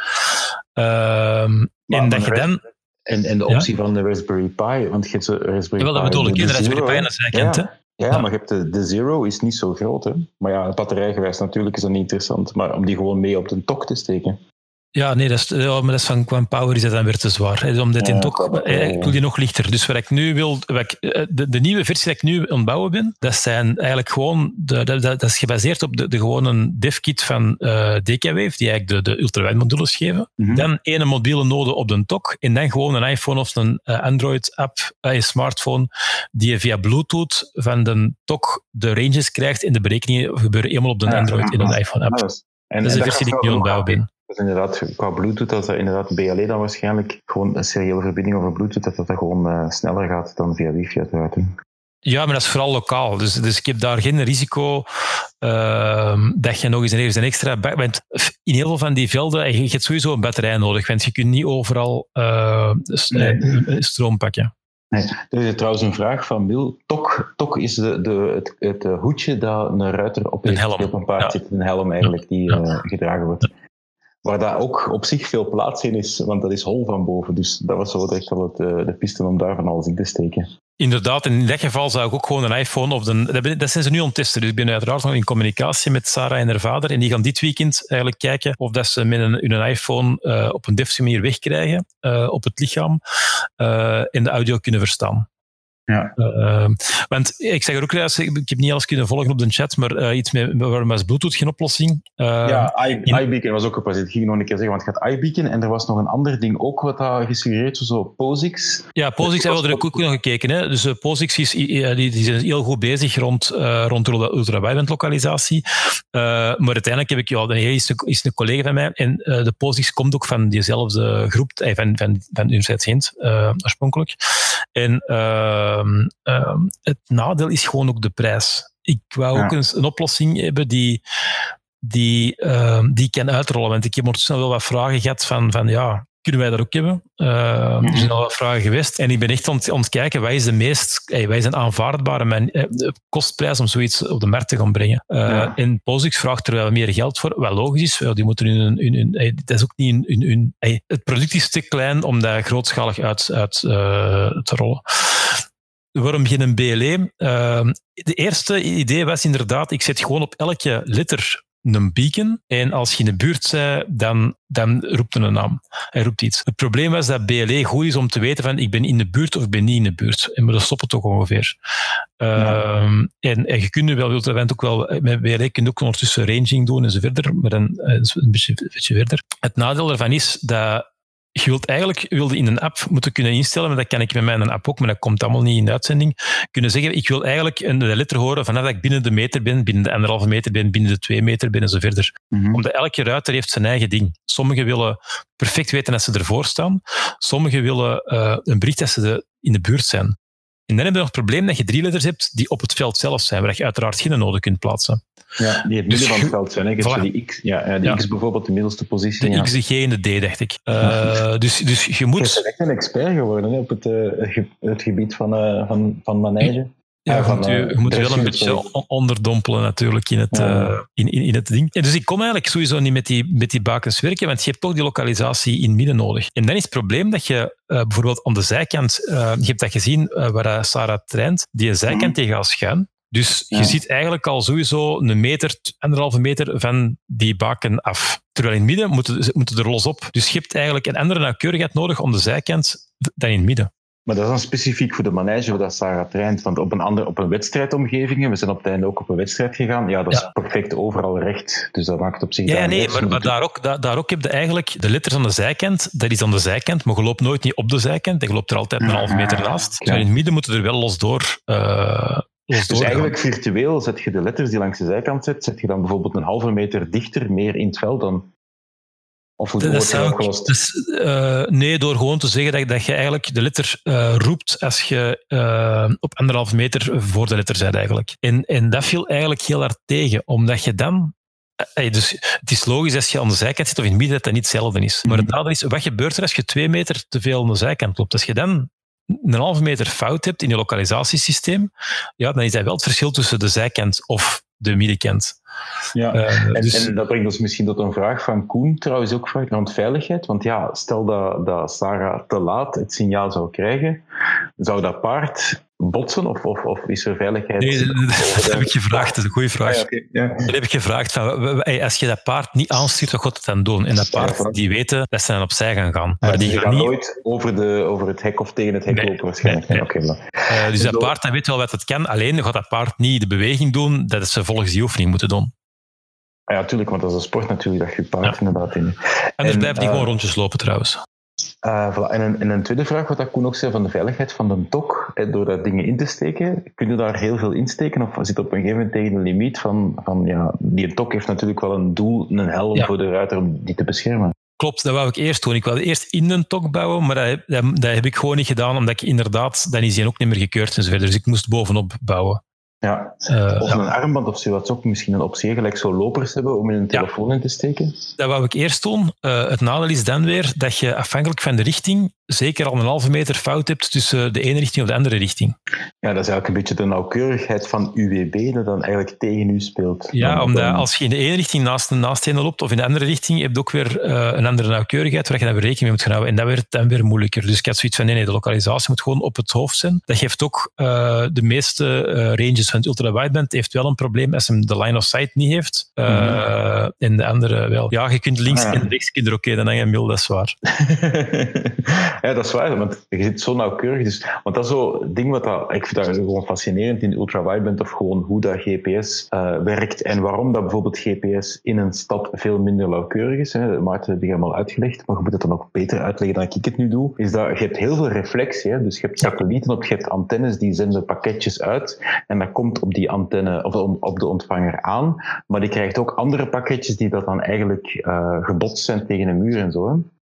Um, en dat je dan... En, en de optie ja? van de Raspberry Pi, want je hebt de Raspberry ja, wel, dat Pi... bedoel ik, de, de Raspberry Pi aan de zijkant. Ja. Ja, ja, maar je hebt de, de Zero is niet zo groot. Hè? Maar ja, batterijgewijs natuurlijk is dat niet interessant. Maar om die gewoon mee op de tok te steken. Ja, nee, dat is, ja, maar dat is van qua power is dat dan weer te zwaar. Hè. Omdat ja, in toch, ik wil die nog lichter. Dus wat ik nu wil, wat ik, de, de nieuwe versie die ik nu aan het bouwen ben, dat zijn eigenlijk gewoon, de, de, dat is gebaseerd op de, de gewone devkit van uh, D K Wave, die eigenlijk de, de ultrawijdmodules geven. Mm-hmm. Dan één mobiele node op de tok en dan gewoon een iPhone of een uh, Android-app, uh, een smartphone, die je via Bluetooth van de tok de ranges krijgt en de berekeningen gebeuren eenmaal op de Android in een iPhone-app. Ja, dat is, dat is de versie die ik nu aan het bouwen ben. Dat is inderdaad, qua Bluetooth, dat is inderdaad B L E dan waarschijnlijk gewoon een seriële verbinding over Bluetooth, dat dat gewoon uh, sneller gaat dan via wifi uiteraard. Ja, maar dat is vooral lokaal. Dus, dus ik heb daar geen risico uh, dat je nog eens een, een extra... Want in heel veel van die velden, je hebt sowieso een batterij nodig, want je kunt niet overal uh, nee. stroom pakken. Nee. Er is trouwens een vraag van Bill. Tok, tok is de, de, het, het hoedje dat een ruiter op, heeft, op een paard ja. zit. Een helm eigenlijk, die ja. uh, gedragen wordt. Waar daar ook op zich veel plaats in is, want dat is hol van boven. Dus dat was zo echt wel het, de piste om daar van alles in te steken. Inderdaad, en in dat geval zou ik ook gewoon een iPhone of de, dat zijn ze nu aan het testen. Dus ik ben uiteraard nog in communicatie met Sarah en haar vader. En die gaan dit weekend eigenlijk kijken of dat ze met een, hun iPhone uh, op een deftige manier wegkrijgen uh, op het lichaam uh, en de audio kunnen verstaan. Ja. Uh, want ik zeg er ook, ik heb niet alles kunnen volgen op de chat, maar uh, iets met, waarom was Bluetooth geen oplossing? Uh, ja, iBeacon was ook gepasseerd. Ik ging nog een keer zeggen, want het gaat iBeacon en er was nog een ander ding ook wat daar gesuggereerd, zo POSIX. Ja, POSIX hebben we er ook nog gekeken. Hè. Dus uh, POSIX is, uh, die, die zijn heel goed bezig rond, uh, rond de ultra-wideband lokalisatie. Uh, maar uiteindelijk heb ik, ja, hij is, is een collega van mij en uh, de POSIX komt ook van diezelfde groep, eh, van, van, van de Universiteit Gent, uh, oorspronkelijk. En uh, Um, um, het nadeel is gewoon ook de prijs. Ik wou ja. ook een, een oplossing hebben die, die, um, die kan uitrollen. Want ik heb ondertussen wel wat vragen gehad van, van ja, kunnen wij dat ook hebben. Uh, mm-hmm. Er zijn al wat vragen geweest. En ik ben echt aan het, aan het kijken, wat is de meest... Hey, wij zijn aanvaardbare men, eh, kostprijs om zoiets op de markt te gaan brengen. Uh, ja. En POSIX vraagt er wel meer geld voor, wat logisch is. Ja, die moeten hun, hun, hun, hey, dat is ook niet hun... hun, hun hey, het product is te klein om dat grootschalig uit, uit uh, te rollen. Waarom geen B L E? Uh, de eerste idee was inderdaad, ik zet gewoon op elke liter een beacon en als je in de buurt bent, dan, dan roept hij een naam. Hij roept iets. Het probleem was dat B L E goed is om te weten van ik ben in de buurt of ik ben niet in de buurt. En maar dat stopt het toch ongeveer. Ja. Uh, en, en je kunt nu wel, wilt ook wel, met B L E kun je ook ondertussen ranging doen en zo verder, maar dan uh, een beetje, een beetje verder. Het nadeel daarvan is dat je wilt eigenlijk wilde in een app moeten kunnen instellen, maar dat kan ik met mijn app ook, maar dat komt allemaal niet in de uitzending, kunnen zeggen, ik wil eigenlijk een letter horen vanaf dat ik binnen de meter ben, binnen de anderhalve meter ben, binnen de twee meter ben en zo verder. Mm-hmm. Omdat elke ruiter heeft zijn eigen ding. Sommigen willen perfect weten dat ze ervoor staan. Sommigen willen uh, een bericht dat ze de, in de buurt zijn. En dan heb je nog het probleem dat je drie letters hebt die op het veld zelf zijn, waar je uiteraard geen noden kunt plaatsen. Ja, die het midden van het veld zijn. Hè. Voilà. Die X, ja, die ja. X bijvoorbeeld, de middelste positie. De ja. X, de G en de D, dacht ik. Uh, dus, dus je moet... Je bent echt een expert geworden hè, op het, uh, ge- het gebied van, uh, van, van manege. Ja, je, van, moet, je, je moet wel een beetje sorry. onderdompelen natuurlijk in het, ja. uh, in, in, in het ding. En dus ik kom eigenlijk sowieso niet met die, met die bakens werken, want je hebt toch die lokalisatie in het midden nodig. En dan is het probleem dat je uh, bijvoorbeeld aan de zijkant, uh, je hebt dat gezien uh, waar Sarah traint, die zijkant mm-hmm. tegen gaat schuin. Dus ja. je ziet eigenlijk al sowieso een meter, anderhalve meter van die baken af. Terwijl in het midden moeten moet er los op. Dus je hebt eigenlijk een andere nauwkeurigheid nodig om de zijkant dan in het midden. Maar dat is dan specifiek voor de manege, waar dat Sarah traint. Want op een, andere, op een wedstrijdomgeving, we zijn op het einde ook op een wedstrijd gegaan, ja, dat is ja. perfect overal recht. Dus dat maakt het op zich... Ja, nee, maar, maar daar, ook, daar, daar ook heb je eigenlijk de letters aan de zijkant, dat is aan de zijkant, maar je loopt nooit niet op de zijkant, je loopt er altijd een halve meter naast. Ja. In het midden moeten er wel los door... Uh, Dus doorgaan. Eigenlijk virtueel zet je de letters die langs de zijkant zet, zet je dan bijvoorbeeld een halve meter dichter, meer in het veld dan? Of hoe wordt dat opgelost? Dus, uh, nee, door gewoon te zeggen dat, dat je eigenlijk de letter uh, roept als je uh, op anderhalve meter voor de letter bent eigenlijk. En, en dat viel eigenlijk heel hard tegen, omdat je dan... Uh, dus het is logisch als je aan de zijkant zit of in het midden dat dat niet hetzelfde is. Mm-hmm. Maar het nadeel is, wat gebeurt er als je twee meter te veel aan de zijkant loopt? Als je dan een halve meter fout hebt in je lokalisatiesysteem, ja, dan is dat wel het verschil tussen de zijkant of de middenkant. Ja, uh, en, dus... en dat brengt ons misschien tot een vraag van Koen, trouwens ook vraag rond veiligheid. Want ja, stel dat, dat Sarah te laat het signaal zou krijgen, zou dat paard botsen of, of, of is er veiligheid? Nee, dat, dat heb ik gevraagd. Dat is een goede vraag. Ah, ja, okay. ja. Dat heb ik gevraagd. Van, als je dat paard niet aanstuurt, wat gaat het dan doen? En dat paard, ja, die weten dat ze dan opzij gaan gaan. Maar ja, die gaan gaan niet... nooit over, de, over het hek of tegen het hek nee, lopen waarschijnlijk. Nee, nee. Okay, uh, dus dat paard dat weet wel wat het kan. Alleen gaat dat paard niet de beweging doen dat ze volgens die oefening moeten doen. Ja, natuurlijk, want dat is een sport natuurlijk dat je paard ja. inderdaad in. En dus blijft die uh, gewoon rondjes lopen trouwens. Uh, voilà. en, een, en een tweede vraag, wat Koen ook zei van de veiligheid van de tok, eh, door daar dingen in te steken, kun je daar heel veel insteken of zit op een gegeven moment tegen een limiet van, van ja, die tok heeft natuurlijk wel een doel, een helm ja. voor de ruiter om die te beschermen. Klopt, dat wou ik eerst doen. Ik wilde eerst in een tok bouwen, maar dat, dat, dat heb ik gewoon niet gedaan, omdat ik inderdaad, dan is die ook niet meer gekeurd en zo verder. Dus ik moest bovenop bouwen. Ja, uh, of een ja. armband of zo, wat ook misschien een optie gelijk zo lopers hebben om in een telefoon ja. in te steken. Dat wou ik eerst doen. Uh, het nadeel is dan weer dat je afhankelijk van de richting zeker al een halve meter fout hebt tussen de ene richting of de andere richting. Ja, dat is eigenlijk een beetje de nauwkeurigheid van U W B dat dan eigenlijk tegen u speelt. Ja, dan, omdat dan... als je in de ene richting naast, naast een loopt of in de andere richting, heb je ook weer uh, een andere nauwkeurigheid waar je dan weer rekening mee moet gaan houden. En dat werd dan weer moeilijker. Dus ik had zoiets van, nee, nee, de lokalisatie moet gewoon op het hoofd zijn. Dat geeft ook uh, de meeste uh, ranges van het ultra-wideband heeft wel een probleem als hem de line of sight niet heeft. Uh, mm-hmm. En de andere wel. Ja, je kunt links ah, ja. en rechts kun je er oké, dan hang je mil, dat is waar. Ja, dat is waar, want je zit zo nauwkeurig. Dus, want dat is zo'n ding wat dat, ik vind dat gewoon fascinerend in ultra-wideband of gewoon hoe dat G P S uh, werkt en waarom dat bijvoorbeeld G P S in een stad veel minder nauwkeurig is. Hè. Maarten heeft het helemaal uitgelegd, maar je moet het dan nog beter uitleggen dan ik het nu doe. Is dat je hebt heel veel reflectie. Hè. Dus je hebt satellieten op, je hebt antennes die zenden pakketjes uit en dat komt op die antenne of op de ontvanger aan. Maar die krijgt ook andere pakketjes die dat dan eigenlijk uh, gebotst zijn tegen een muur en zo. Hè.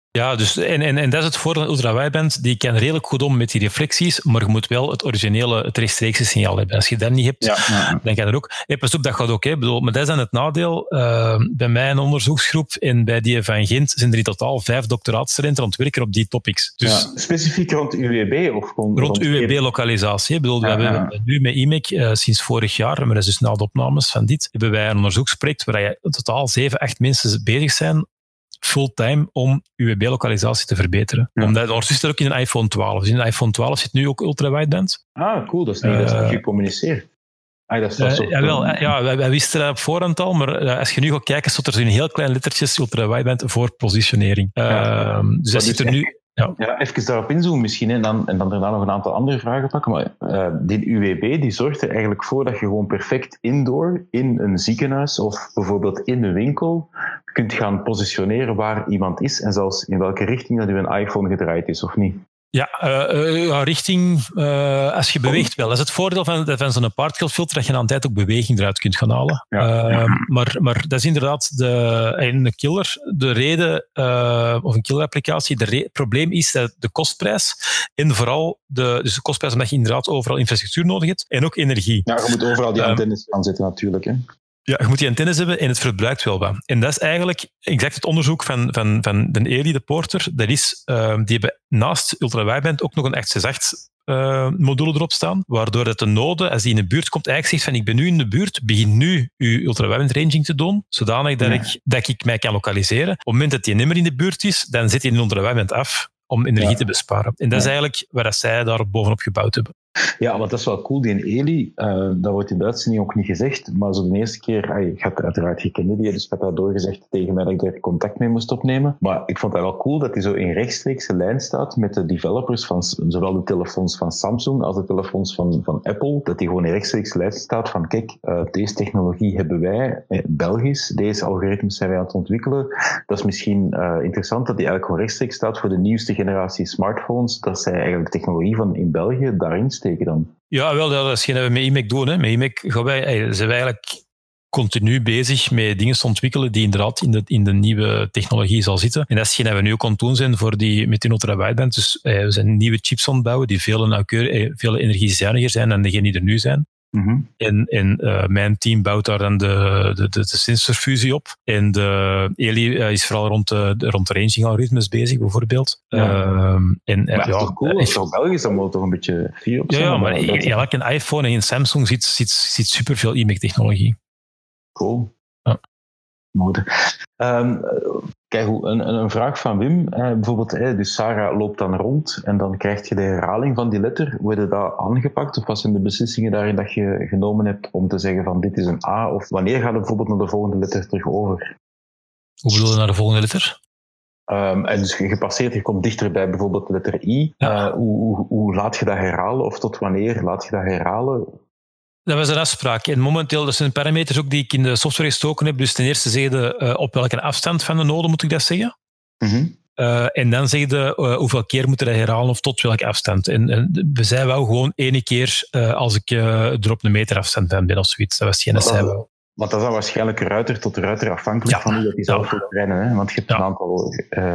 Ja, dus, en, en, en dat is het voordeel van ultrawideband. Die kan redelijk goed om met die reflecties, maar je moet wel het originele, het rechtstreekse signaal hebben. Als je dat niet hebt, Ja, ja. dan kan dat ook. Hey, pas op, dat gaat ook. Hè. Bedoel, maar dat is dan het nadeel. Uh, bij mij een onderzoeksgroep en bij die van Gent zijn er in totaal vijf doctoraatstudenten aan het werken op die topics. Dus ja, specifiek rond U W B? Of rond, rond U W B-lokalisatie. Ik bedoel, ja, we hebben ja. nu met I M E C uh, sinds vorig jaar, maar dat is dus na de opnames van dit, hebben wij een onderzoeksproject waar je in totaal zeven, acht mensen bezig zijn fulltime om U W B-lokalisatie te verbeteren. Ja. Omdat ondertussen is er ook in een iPhone twaalf. Dus in een iPhone twaalf zit nu ook ultra-wideband. Ah, cool. Dat is niet, uh, dat is niet gecommuniceerd. Ah, dat is uh, ja, wel, ja, wij, wij wisten dat op voorhand al, maar uh, als je nu gaat kijken, staat er zo'n heel klein lettertjes ultra-wideband voor positionering. Uh, ja. Dus dat zit er nu... Ja. Ja, even daarop inzoomen misschien hè, en, dan, en dan daarna nog een aantal andere vragen pakken. Maar uh, die U W B die zorgt er eigenlijk voor dat je gewoon perfect indoor in een ziekenhuis of bijvoorbeeld in een winkel kunt gaan positioneren waar iemand is en zelfs in welke richting dat uw iPhone gedraaid is of niet. Ja, uh, uh, richting, uh, als je beweegt wel. Dat is het voordeel van, van zo'n particle filter, dat je aan de tijd ook beweging eruit kunt gaan halen. Ja. Uh, maar, maar dat is inderdaad de, een killer. De reden, uh, of een killer-applicatie, het probleem is dat de kostprijs en vooral de, dus de kostprijs omdat je inderdaad overal infrastructuur nodig hebt en ook energie. Ja, je moet overal die antennes gaan zetten natuurlijk, hè. Ja, je moet die antennes hebben en het verbruikt wel wat. En dat is eigenlijk exact het onderzoek van, van, van de Eli, de Porter. Dat is, uh, die hebben naast ultrawideband ook nog een acht zes acht uh, module erop staan, waardoor dat de node, als die in de buurt komt, eigenlijk zegt van ik ben nu in de buurt, begin nu uw ultrawideband ranging te doen, zodanig dat, ja. ik, dat ik mij kan lokaliseren. Op het moment dat die nimmer in de buurt is, dan zet hij een ultrawideband af om energie ja. te besparen. En dat is eigenlijk waar zij daar bovenop gebouwd hebben. Ja, want dat is wel cool. Die in Eli, uh, dat wordt in de uitzending ook niet gezegd, maar zo de eerste keer, ay, ik had uiteraard gekend die, dus ik had dat doorgezegd tegen mij dat ik er contact mee moest opnemen. Maar ik vond dat wel cool dat hij zo in rechtstreekse lijn staat met de developers van zowel de telefoons van Samsung als de telefoons van, van Apple. Dat hij gewoon in rechtstreekse lijn staat van kijk, uh, deze technologie hebben wij, eh, Belgisch, deze algoritmes zijn wij aan het ontwikkelen. Dat is misschien uh, interessant dat hij eigenlijk gewoon rechtstreeks staat voor de nieuwste generatie smartphones, dat zij eigenlijk technologie van in België daarin steken dan. Ja, wel, dat is hetgeen dat we met I M E C doen. Hè. Met I M E C gaan wij, zijn wij eigenlijk continu bezig met dingen te ontwikkelen die inderdaad in de, in de nieuwe technologie zal zitten. En dat is hetgeen dat we nu ook aan het doen zijn voor die, met die ultra-wideband. Dus eh, we zijn nieuwe chips aan het bouwen die veel, nauwkeurig, eh, veel energiezuiniger zijn dan degene die er nu zijn. Mm-hmm. En, en uh, mijn team bouwt daar dan de, de, de, de sensorfusie op. En de Eli uh, is vooral rond de, de, rond de ranging-algoritmes bezig, bijvoorbeeld. Ja. Um, en, maar ja, toch cool, als het Belgisch, dan moet er toch een beetje fier op zijn. Ja, ja maar eigenlijk een iPhone en een Samsung zit, zit, zit superveel I M E C-technologie. Cool. Ja. Mode. Um, kijk, een, een vraag van Wim. Eh, bijvoorbeeld, eh, dus Sarah loopt dan rond en dan krijg je de herhaling van die letter. Wordt dat aangepakt? Of wat zijn de beslissingen daarin dat je genomen hebt om te zeggen van dit is een A? Of wanneer gaat het bijvoorbeeld naar de volgende letter terug over? Hoe bedoel je naar de volgende letter? Um, en dus je passeert, je komt dichter bij bijvoorbeeld de letter I. Ja. Uh, hoe, hoe, hoe laat je dat herhalen? Of tot wanneer laat je dat herhalen? Dat was een afspraak. En momenteel, dat zijn parameters ook die ik in de software gestoken heb. Dus ten eerste zeg je uh, op welke afstand van de node moet ik dat zeggen. Mm-hmm. Uh, en dan zeg je uh, hoeveel keer moet je dat herhalen of tot welke afstand. En, en we zeiden wel gewoon ene keer uh, als ik uh, er op een meter afstand ben of zoiets. Dat was geen dat zei wel. Want dat is dan waarschijnlijk ruiter tot ruiter afhankelijk ja. van hoe dat die zelf wil trainen. Hè? Want je hebt ja. een aantal...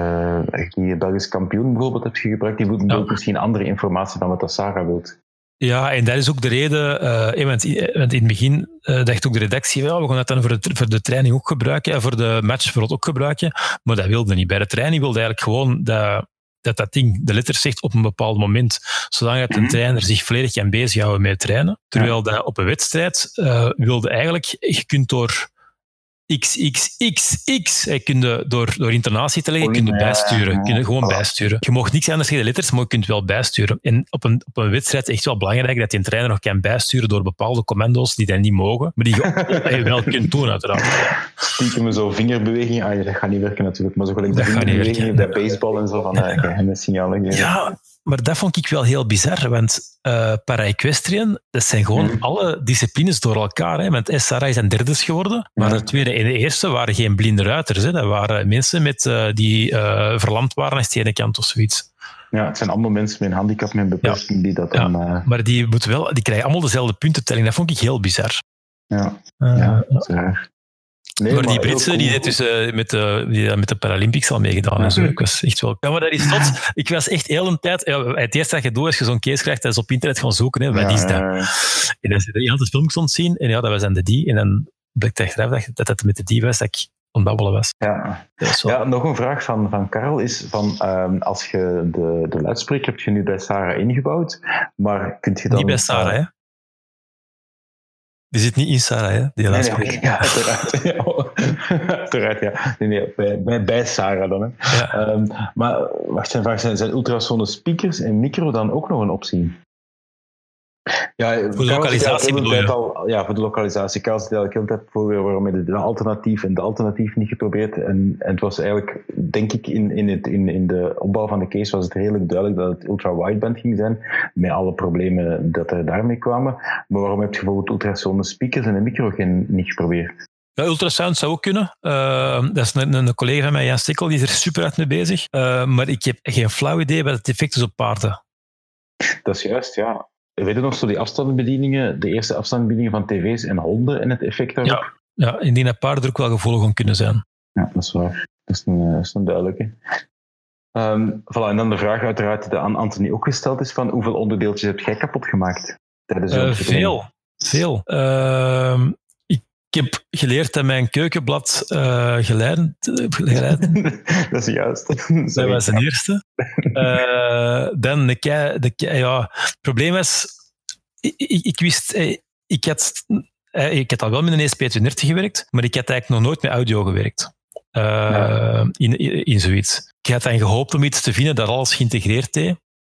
Uh, die Belgisch kampioen bijvoorbeeld heb je gebruikt. Die wil ja. misschien andere informatie dan wat dat Sarah wilt. Ja, en dat is ook de reden, uh, want in het begin uh, dacht ook de redactie, well, we gaan dat dan voor de, voor de training ook gebruiken, en voor de match bijvoorbeeld ook gebruiken, maar dat wilde niet. Bij de training wilde eigenlijk gewoon dat dat, dat ding de letters zegt op een bepaald moment, zodat de trainer zich volledig kan bezighouden met trainen. Terwijl dat op een wedstrijd uh, wilde eigenlijk, je kunt door X, X, X, X. Je kunt door, door intonatie te leggen, je kunt bijsturen. Je kunt gewoon bijsturen. Je mag niks anders zeggen de letters, maar je kunt wel bijsturen. En op een, op een wedstrijd is het echt wel belangrijk dat je een trainer nog kan bijsturen door bepaalde commando's die dan niet mogen, maar die je wel kunt doen, uiteraard. Stiekem zo'n vingerbeweging, ah, dat gaat niet werken natuurlijk, maar zo gelijk de vingerbeweging, de baseball en zo, van uh, geheime signalen geven. Ja, maar dat vond ik wel heel bizar, want uh, para-equestrian, dat zijn gewoon mm. alle disciplines door elkaar. Hè? Want S R A is een derdes geworden, maar ja. de tweede en de eerste waren geen blinde ruiters. Hè? Dat waren mensen met, uh, die uh, verlamd waren aan de ene kant of zoiets. Ja, het zijn allemaal mensen met een handicap, met een beperking, ja. die dat dan... Ja, uh... maar die, moeten wel, die krijgen allemaal dezelfde puntentelling. Dat vond ik heel bizar. Ja, uh, ja dat is raar. Nee, maar die heel Britse, cool. die heeft dus uh, met, de, die met de Paralympics al meegedaan. En zo. Ik was echt wel... Ja, maar dat is tot. Ik was echt heel een tijd... Ja, het eerste dat je doet als je zo'n case krijgt, dat is op internet gaan zoeken. Hè, wat ja, is dat? Ja, ja. En dan zit er iemand het filmpjes ontzien. En ja, dat was dan de die. En dan blijkt achteraf dat, dat het met de die was dat ik ontbabbelen was. Ja. Ja, nog een vraag van, van Karel is van um, als je de, de luidspreker hebt je nu bij Sarah ingebouwd, maar kunt je dan... Niet bij Sarah, uh, hè? Die zit niet in Sarah, hè? Die nee, nee, okay, ja, uiteraard. Ja, uiteraard, ja. Nee, nee, bij, bij, bij Sarah dan, hè. Ja. Um, maar wacht, zijn vraag, zijn, zijn ultrasone speakers en micro dan ook nog een optie? Ja, voor de lokalisatie bedoel je? Al, ja, voor de lokalisatie. Ik had het eigenlijk heel tijd voor waarom je de alternatief en de alternatief niet geprobeerd. En, en het was eigenlijk, denk ik, in, in, het, in, in de opbouw van de case was het redelijk duidelijk dat het ultra-wideband ging zijn, met alle problemen dat er daarmee kwamen. Maar waarom heb je bijvoorbeeld ultrasone speakers en een micro geen, niet geprobeerd? Ja, ultrasound zou ook kunnen. Uh, dat is een, een collega van mij, Jan Stikkel, die is er super hard mee bezig. Uh, maar ik heb geen flauw idee wat het effect is op paarden. Dat is juist, ja. Weet je nog zo die afstandsbedieningen, de eerste afstandsbedieningen van tv's en honden en het effect daarop? Ja, ja, indien dat paarden er ook wel gevoelig aan kunnen zijn. Ja, dat is waar. Dat is een, dat is een duidelijke. Um, voilà, en dan de vraag uiteraard die aan Anthony ook gesteld is van hoeveel onderdeeltjes heb jij kapot gemaakt? Tijdens uh, veel, veel. Uh, ik heb geleerd dat mijn keukenblad uh, geleiden. geleiden. Dat is juist. Sorry. Dat was de eerste. Uh, dan de kei, de kei, ja. Het probleem was, ik, ik, ik wist, ik had, ik had al wel met een E S P tweehonderddertig gewerkt, maar ik had eigenlijk nog nooit met audio gewerkt. Uh, ja. in, in, in zoiets. Ik had dan gehoopt om iets te vinden dat alles geïntegreerd deed.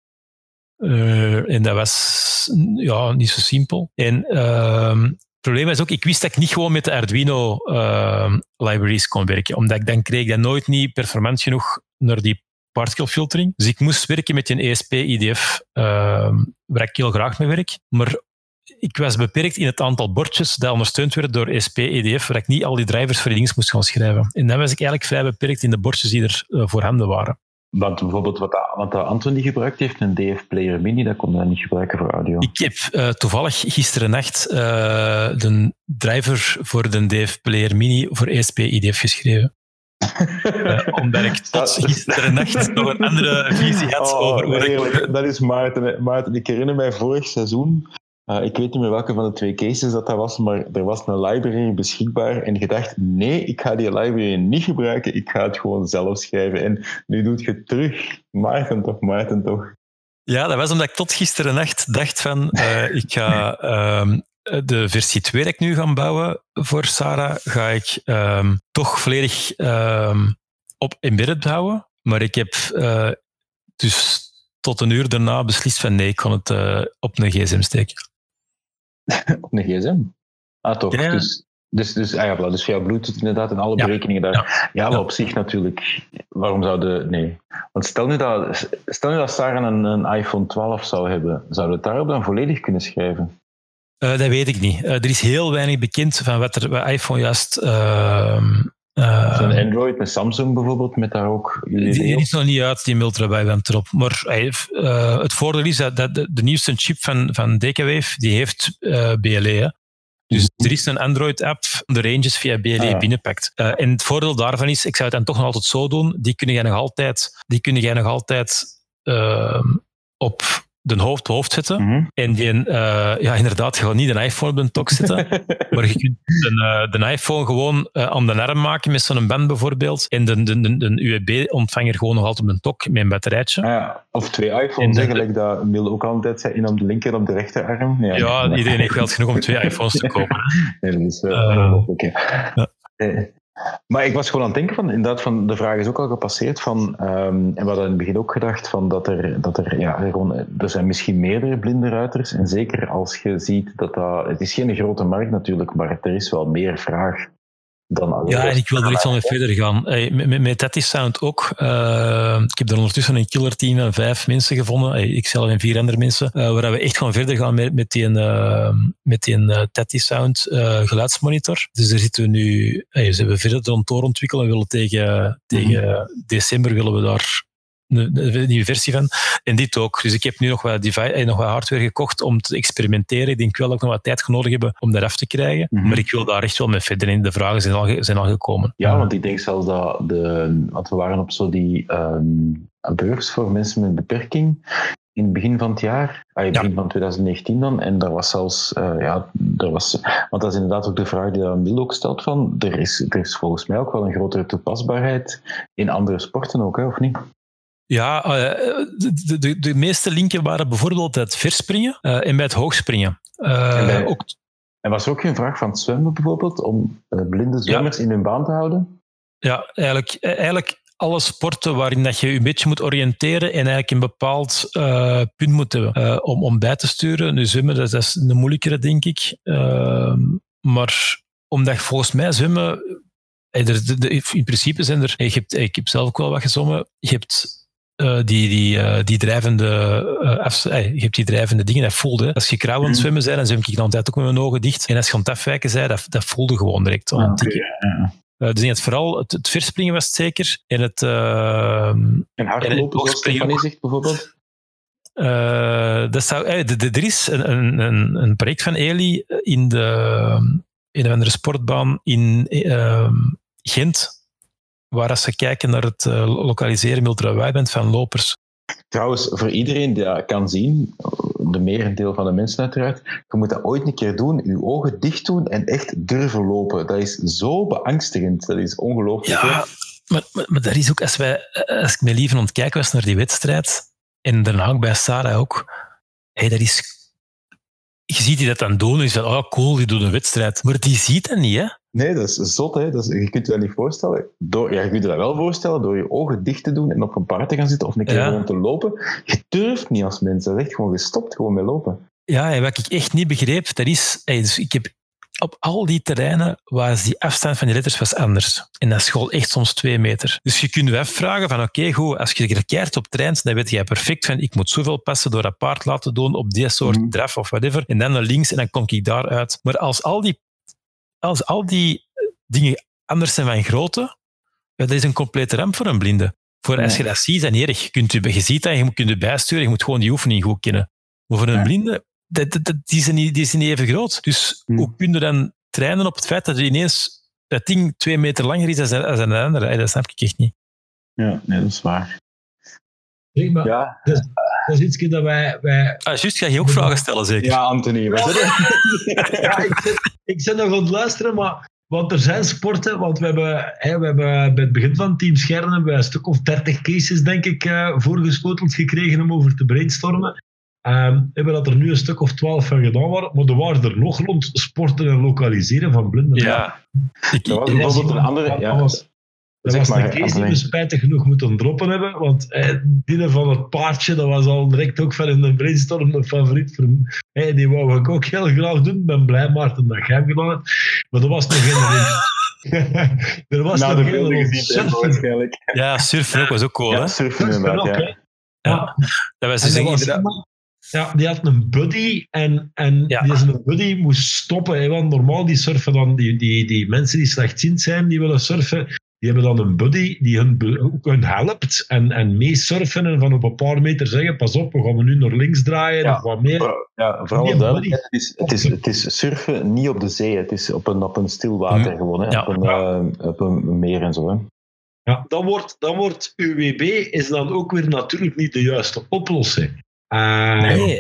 Uh, en dat was ja, niet zo simpel. En uh, het probleem is ook, ik wist dat ik niet gewoon met de Arduino uh, libraries kon werken, omdat ik dan kreeg ik dat nooit niet performant genoeg naar die particle filtering. Dus ik moest werken met een E S P I D F, uh, waar ik heel graag mee werk. Maar ik was beperkt in het aantal bordjes dat ondersteund werden door E S P I D F, waar ik niet al die drivers voor die dingen moest gaan schrijven. En dan was ik eigenlijk vrij beperkt in de bordjes die er uh, voorhanden waren. Want bijvoorbeeld wat, wat Anthony gebruikt heeft, een D F Player Mini, dat kon hij niet gebruiken voor audio. Ik heb uh, toevallig gisteren nacht uh, de driver voor de D F Player Mini voor E S P I D F geschreven. uh, omdat ik tot gisteren nacht nog een andere visie had oh, over hoe nee, ik... Dat is Maarten. Maarten. Ik herinner mij vorig seizoen, uh, ik weet niet meer welke van de twee cases dat dat was, maar er was een library beschikbaar en je dacht, nee, ik ga die library niet gebruiken, ik ga het gewoon zelf schrijven. En nu doet je terug. Maarten toch, Maarten toch. Ja, dat was omdat ik tot gisteren nacht dacht van, uh, ik ga... Um, de versie twee dat ik nu ga bouwen voor Sarah, ga ik um, toch volledig um, op embedded houden. Maar ik heb uh, dus tot een uur daarna beslist van nee, ik kan het uh, op een gsm steken. Op een gsm? Ah, toch. Ja. Dus, dus, dus, ah ja, dus via Bluetooth inderdaad en alle ja. berekeningen daar. Ja, ja maar ja. op zich natuurlijk. Waarom zou de... Nee. Want stel nu dat, stel nu dat Sarah een, een iPhone twaalf zou hebben, zou het daarop dan volledig kunnen schrijven? Uh, dat weet ik niet. Uh, er is heel weinig bekend van wat er bij iPhone juist... Uh, uh, Zo'n Android met Samsung bijvoorbeeld, met daar ook... Die, die is nog niet uit, die Ultra-wideband erop. Maar uh, het voordeel is dat, dat de, de nieuwste chip van, van Decawave, die heeft uh, B L E. Hè? Dus er is een Android-app de ranges via B L E ah, ja. binnenpakt. Uh, en het voordeel daarvan is, ik zou het dan toch nog altijd zo doen, die kun jij nog altijd, die kun jij nog altijd uh, op... de hoofd hoofd zetten. Mm-hmm. En die, uh, ja, inderdaad, je gaat niet een iPhone op de tok zetten, maar je kunt de, de iPhone gewoon uh, aan de arm maken met zo'n band bijvoorbeeld. En de, de, de, de U S B-ontvanger gewoon nog altijd op de tok met een batterijtje. Ah, ja. Of twee iPhones, zeg, gelijk dat Emile ook altijd zei, in op de linker en op de rechterarm. Ja, ja nee. Iedereen heeft geld genoeg om twee iPhones te kopen. Nee, dat is wel uh, oké. Ja. Nee. Maar ik was gewoon aan het denken van, inderdaad, van de vraag is ook al gepasseerd van, um, en we hadden in het begin ook gedacht van dat er, dat er, ja, gewoon, er zijn misschien meerdere blinde ruiters en zeker als je ziet dat dat, het is geen grote markt natuurlijk, maar er is wel meer vraag dan alleen. Ja, en ik wil er echt wel mee verder gaan. Hey, met, met, met Tatisound ook. Uh, ik heb er ondertussen een killer team van vijf mensen gevonden. Hey, ik zelf en vier andere mensen. Uh, waar we echt gewoon verder gaan met, met die, uh, met die uh, Tatisound uh, geluidsmonitor. Dus daar zitten we nu... Hey, ze hebben verder rond doorontwikkelen en willen tegen, tegen mm-hmm. december willen we daar een, een nieuwe versie van. En dit ook. Dus ik heb nu nog wat, device, nog wat hardware gekocht om te experimenteren. Ik denk wel dat ik nog wat tijd nodig heb om dat af te krijgen. Mm-hmm. Maar ik wil daar echt wel mee verder in. De vragen zijn al, zijn al gekomen. Ja, want ik denk zelfs dat de, want we waren op zo die um, beurs voor mensen met beperking in het begin van het jaar, ah, in het begin ja. van twintig negentien dan, en daar was zelfs, uh, ja, er was, want dat is inderdaad ook de vraag die Mil ook stelt van, er is, er is volgens mij ook wel een grotere toepasbaarheid in andere sporten ook, hè, of niet? Ja, uh, de, de, de meeste linken waren bijvoorbeeld het verspringen uh, en bij het hoogspringen. Uh, en, bij, ook... en was er ook geen vraag van het zwemmen bijvoorbeeld, om uh, blinde zwemmers ja. in hun baan te houden? Ja, eigenlijk... eigenlijk alle sporten waarin dat je je een beetje moet oriënteren en eigenlijk een bepaald uh, punt moet hebben uh, om, om bij te sturen. Nu zwemmen, dat is een moeilijkere, denk ik. Uh, maar omdat je volgens mij zwemmen... Er, de, in principe zijn er... Ik heb, ik heb zelf ook wel wat gezwommen. Je hebt uh, die, die, uh, die drijvende... Uh, af, uh, je hebt die drijvende dingen, dat voelde. Als je krauw aan het zwemmen bent, dan zwem ik dan altijd ook met mijn ogen dicht. En als je aan het afwijken bent, dat, dat voelde gewoon direct. Ah, okay, ja. Uh, dus het vooral het, het verspringen was het zeker. En het uh, en hardlopen, zoals Stefanie zegt bijvoorbeeld? Uh, dat zou, uh, de, de, er is een, een, een project van Eli in, de, in een andere sportbaan in uh, Gent, waar als ze kijken naar het uh, lokaliseren met ultra-wideband van lopers. Trouwens, voor iedereen die dat kan zien, de merendeel van de mensen uiteraard, je moet dat ooit een keer doen, je ogen dicht doen en echt durven lopen. Dat is zo beangstigend. Dat is ongelooflijk. Ja, maar, maar, maar dat is ook, als, wij, als ik met Lieven ontkijken was naar die wedstrijd, en daarna ook bij Sarah ook, hey, dat is... Je ziet die dat dan doen, en je zegt, oh cool, die doet een wedstrijd. Maar die ziet dat niet, hè? Nee, dat is zot, hè. Dat is, je kunt je dat niet voorstellen. Door, ja, je kunt je dat wel voorstellen door je ogen dicht te doen en op een paard te gaan zitten of een keer ja. rond te lopen. Je durft niet als mens. Dat is echt gewoon gestopt, gewoon met lopen. Ja, en wat ik echt niet begreep, dat is... Hey, dus ik heb op al die terreinen was die afstand van die letters was anders. En dat school echt soms twee meter. Dus je kunt je afvragen van oké, okay, goed, als je er keert op traint, dan weet jij perfect van ik moet zoveel passen door dat paard laten doen op die soort mm. draf of whatever. En dan naar links en dan kom ik daaruit. Maar als al die, als al die dingen anders zijn van grootte, ja, dat is een complete ramp voor een blinde. Voor als je dat ziet, dan niet erg. Je, kunt je, je ziet dat, je kunt je bijsturen, je moet gewoon die oefening goed kennen. Maar voor een ja. blinde, dat, dat, dat, die, zijn niet, die zijn niet even groot. Dus hmm. hoe kun je dan trainen op het feit dat er ineens dat ding twee meter langer is dan een andere? Dat snap ik echt niet. Ja, nee, dat is waar. Nee, maar ja. dat, is, dat is iets dat wij... wij ah, juist, ga je ook vragen stellen, zeker? Ja, Anthony. Wat is ja, ik, zit, ik zit nog aan het luisteren, maar... Want er zijn sporten, want we hebben, hè, we hebben bij het begin van Team Schernen hebben we een stuk of dertig cases, denk ik, uh, voorgeschoteld gekregen om over te brainstormen. Um, we hebben dat er nu een stuk of twaalf van gedaan waren, maar er waren er nog rond sporten en lokaliseren van blinden. Ja. Ik, er was bijvoorbeeld een andere... Ja, was, dat zeg was maar, een case die we spijtig genoeg moeten droppen hebben, want eh, die van het paardje, dat was al direct ook van in de brainstorm een favoriet voor me. Hey, die wou ik ook heel graag doen. Ik ben blij, Maarten, dat jij hem gedaan hebt. Maar er was nog geen... er was nou, nog geen surfen. Waarschijnlijk. Ja, surfen ook was ook cool, ja, hè? surfen inderdaad, ja. ja. ja. Dat was dus dat was iemand, ja, die had een buddy en, en ja. die zijn buddy moest stoppen. Hè, want normaal die surfen dan, die, die, die mensen die slechtziend zijn, die willen surfen, die hebben dan een buddy die hun, hun helpt en, en meesurfen en van op een paar meter zeggen, pas op, we gaan nu naar links draaien ja, of wat meer. Ja, vooral duidelijkheid, het is, het, is, het is surfen niet op de zee, het is op een, op een stil water mm. gewoon, hè, ja. op, een, ja. uh, op een meer en zo. Hè. Ja, dan wordt, dan wordt U W B is dan ook weer natuurlijk niet de juiste oplossing. Uh, nee.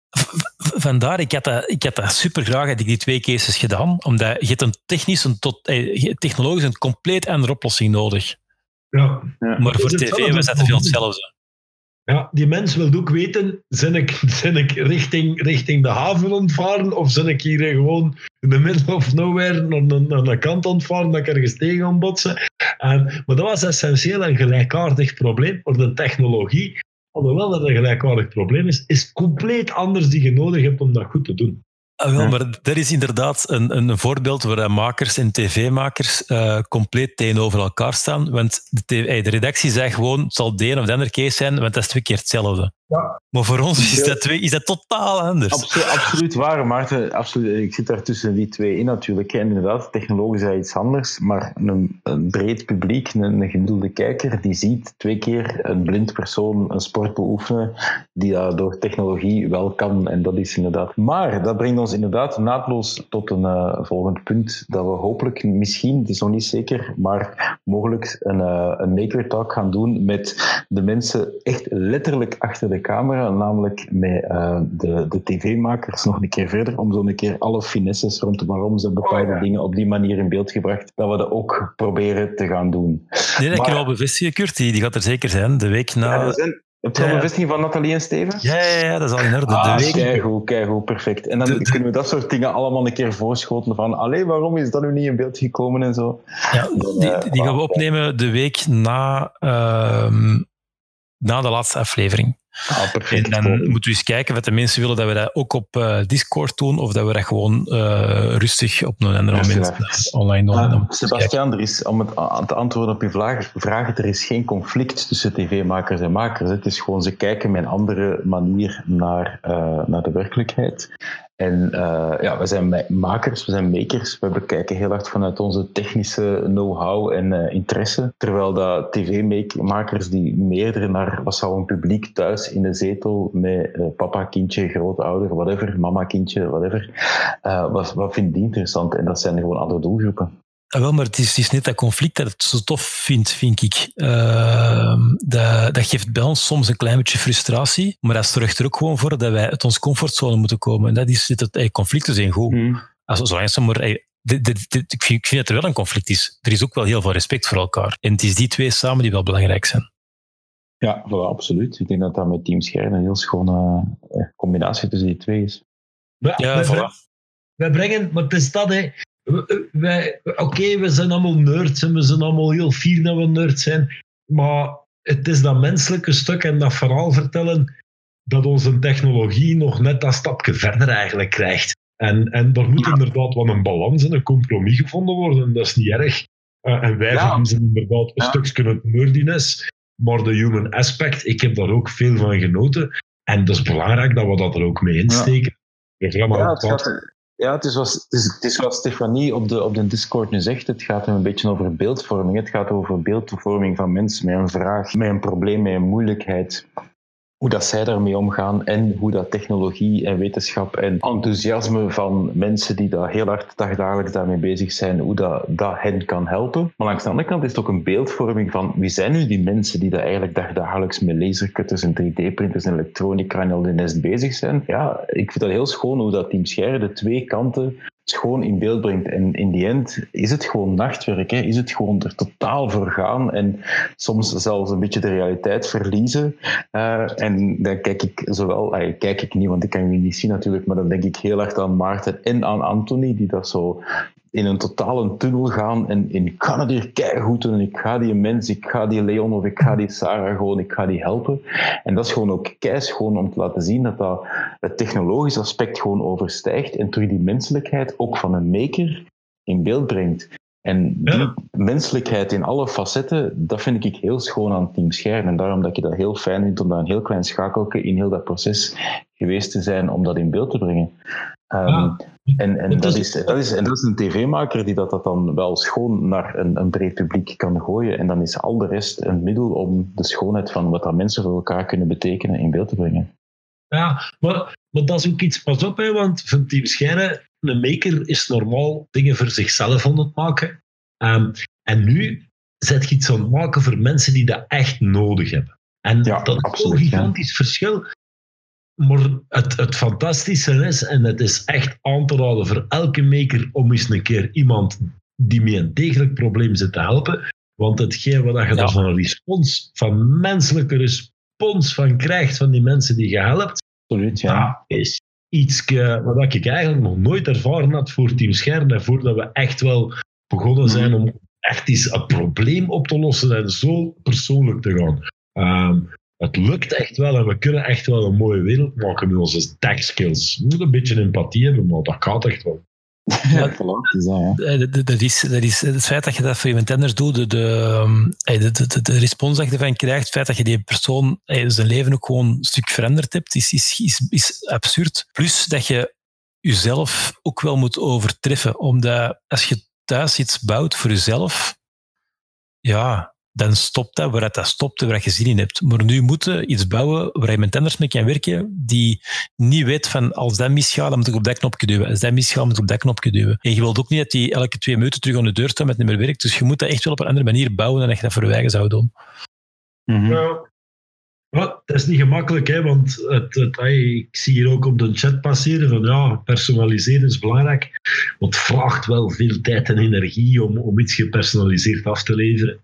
Vandaar, ik had dat, ik had dat super graag, had ik die twee cases gedaan, omdat je hebt een technisch, een tot, eh, technologisch een compleet andere oplossing nodig. Ja. Ja. Maar voor tv was dat te veel hetzelfde. Ja, die mens wil ook weten, zijn ik, zijn ik richting, richting de haven ontvaren of zijn ik hier gewoon in the middle of nowhere naar, naar, naar de kant ontvaren dat ik ergens tegen kan botsen. En, maar dat was essentieel een gelijkaardig probleem voor de technologie. Alhoewel dat een gelijkaardig probleem is, is het compleet anders die je nodig hebt om dat goed te doen. Ah, wel, maar er is inderdaad een, een voorbeeld waar makers en tv-makers uh, compleet tegenover elkaar staan. Want de, tv, de redactie zegt gewoon, het zal de een of de andere case zijn, want dat is twee keer hetzelfde. Ja. Maar voor ons is dat, twee, is dat totaal anders. Absoluut, absoluut waar, Maarten. Absoluut. Ik zit daar tussen die twee in natuurlijk. En inderdaad, technologisch is dat iets anders. Maar een, een breed publiek, een, een gemiddelde kijker, die ziet twee keer een blind persoon een sport beoefenen die dat door technologie wel kan. En dat is inderdaad... Maar dat brengt ons inderdaad naadloos tot een uh, volgend punt dat we hopelijk misschien, het is nog niet zeker, maar mogelijk een, uh, een maker talk gaan doen met de mensen echt letterlijk achter de camera, namelijk met uh, de, de tv-makers nog een keer verder, om zo een keer alle finesses rond waarom ze bepaalde oh, ja. dingen op die manier in beeld gebracht, dat we dat ook proberen te gaan goed. Nee, dat maar, kan je wel bevestigen, Kurt. Die, die gaat er zeker zijn. De week na... Ja, zijn, heb je al een bevestiging van Nathalie en Steven? Ja, ja, ja, dat is al in orde. Ah, de week... keigoed, keigoed, perfect. En dan de, de... kunnen we dat soort dingen allemaal een keer voorschoten van, allee, waarom is dat nu niet in beeld gekomen en zo. Ja, die, die gaan we opnemen de week na... Uh, na de laatste aflevering. Ah, perfect. En dan cool. moeten we eens kijken wat de mensen willen dat we dat ook op uh, Discord doen, of dat we dat gewoon uh, rustig op een ander moment online doen. Uh, Sebastiaan, er is, om het aan te antwoorden op je vraag, vraag, er is geen conflict tussen tv-makers en makers. Het is gewoon, ze kijken met een andere manier naar, uh, naar de werkelijkheid. En uh, ja, we zijn makers, we zijn makers. We bekijken heel hard vanuit onze technische know-how en uh, interesse. Terwijl dat tv-makers die meerdere naar, wat zou een publiek thuis in de zetel met uh, papa, kindje, grootouder, whatever, mama, kindje, whatever. Uh, wat, wat vindt die interessant? En dat zijn gewoon andere doelgroepen. Ah, wel, maar het is, het is net dat conflict dat het zo tof vindt, vind ik. Uh, dat, dat geeft bij ons soms een klein beetje frustratie, maar dat zorgt er ook gewoon voor dat wij uit onze comfortzone moeten komen. En dat is het, het conflicten zijn goed. Mm. Als, zolang ze maar, hey, dit, dit, dit, ik, vind, ik vind dat er wel een conflict is. Er is ook wel heel veel respect voor elkaar. En het is die twee samen die wel belangrijk zijn. Ja, voilà, absoluut. Ik denk dat dat met Team Scherren een heel schone uh, combinatie tussen die twee is. Ja, ja wij, voilà. wij brengen, maar het is dat, hè. Wij, oké, okay, we zijn allemaal nerds en we zijn allemaal heel fier dat we nerds zijn, maar het is dat menselijke stuk en dat verhaal vertellen dat onze technologie nog net dat stapje verder eigenlijk krijgt. En, en er moet inderdaad wel een balans en een compromis gevonden worden, dat is niet erg. Uh, en wij ja. vinden inderdaad een ja. stukje nerdiness, maar de human aspect, ik heb daar ook veel van genoten en dat is belangrijk dat we dat er ook mee insteken. Ja, ja het gaat... Ja, het is, wat, het, is, het is wat Stefanie op de, op de Discord nu zegt. Het gaat een beetje over beeldvorming. Het gaat over beeldvorming van mensen met een vraag, met een probleem, met een moeilijkheid. Hoe dat zij daarmee omgaan en hoe dat technologie en wetenschap en enthousiasme van mensen die daar heel hard dagdagelijks daarmee bezig zijn, hoe dat, dat hen kan helpen. Maar langs de andere kant is het ook een beeldvorming van wie zijn nu die mensen die daar eigenlijk dagdagelijks met lasercutters en drie D-printers en elektronica en al de nest bezig zijn. Ja, ik vind dat heel schoon hoe dat Team Scherren de twee kanten schoon in beeld brengt. En in die end is het gewoon nachtwerk. Hè? Is het gewoon er totaal voor gaan en soms zelfs een beetje de realiteit verliezen. Uh, en dan kijk ik zowel... Uh, kijk ik niet, want ik kan jullie niet zien natuurlijk, maar dan denk ik heel hard aan Maarten en aan Anthony, die dat zo in een totale tunnel gaan en, en ik ga het hier keigoed doen en ik ga die mens, ik ga die Leon of ik ga die Sarah gewoon, ik ga die helpen. En dat is gewoon ook keischoon om te laten zien dat dat het technologisch aspect gewoon overstijgt en terug die menselijkheid ook van een maker in beeld brengt. En die ja. menselijkheid in alle facetten, dat vind ik heel schoon aan Team Scherren. En daarom dat ik dat heel fijn vind om daar een heel klein schakeltje in heel dat proces geweest te zijn om dat in beeld te brengen. Um, ja. En, en, dat is, dat is, en dat is een tv-maker die dat, dat dan wel schoon naar een, een breed publiek kan gooien. En dan is al de rest een middel om de schoonheid van wat dat mensen voor elkaar kunnen betekenen in beeld te brengen. Ja, maar, maar dat is ook iets, pas op, hè, want van Team Scherren, een maker is normaal dingen voor zichzelf aan het maken. Um, en nu zet je iets aan het maken voor mensen die dat echt nodig hebben. En ja, dat is een gigantisch ja. verschil. Maar het, het fantastische is, en het is echt aan te raden voor elke maker om eens een keer iemand die met een degelijk probleem zit te helpen. Want hetgeen wat je ja. daar van een respons, van menselijke respons van krijgt van die mensen die je helpt, absoluut, ja. is iets wat ik eigenlijk nog nooit ervaren had voor Team Scherren en voordat we echt wel begonnen zijn om echt eens een probleem op te lossen en zo persoonlijk te gaan. Um, Het lukt echt wel en we kunnen echt wel een mooie wereld maken met onze tech skills. We moeten een beetje empathie hebben, maar dat gaat echt wel. Ja, voilà, dus dat, ja. Dat, dat, is, dat is het feit dat je dat voor je tenders doet, de, de, de, de, de respons dat je ervan krijgt, het feit dat je die persoon zijn leven ook gewoon een stuk veranderd hebt, is, is, is, is absurd. Plus dat je jezelf ook wel moet overtreffen, omdat als je thuis iets bouwt voor jezelf, ja, dan stopt dat waar dat stopt, waar je zin in hebt. Maar nu moet je iets bouwen waar je met tenders mee kan werken, die niet weet van, als dat misgaat, dan moet ik op dat knopje duwen. Als dat misgaat, moet ik op dat knopje duwen. En je wilt ook niet dat die elke twee minuten terug aan de deur staat met niet meer werkt. Dus je moet dat echt wel op een andere manier bouwen dan dat je dat voor je eigen zou doen. Mm-hmm. Ja. Ja, dat is niet gemakkelijk, hè, want het, het, ik zie hier ook op de chat passeren van ja, personaliseren is belangrijk, want het vraagt wel veel tijd en energie om, om iets gepersonaliseerd af te leveren.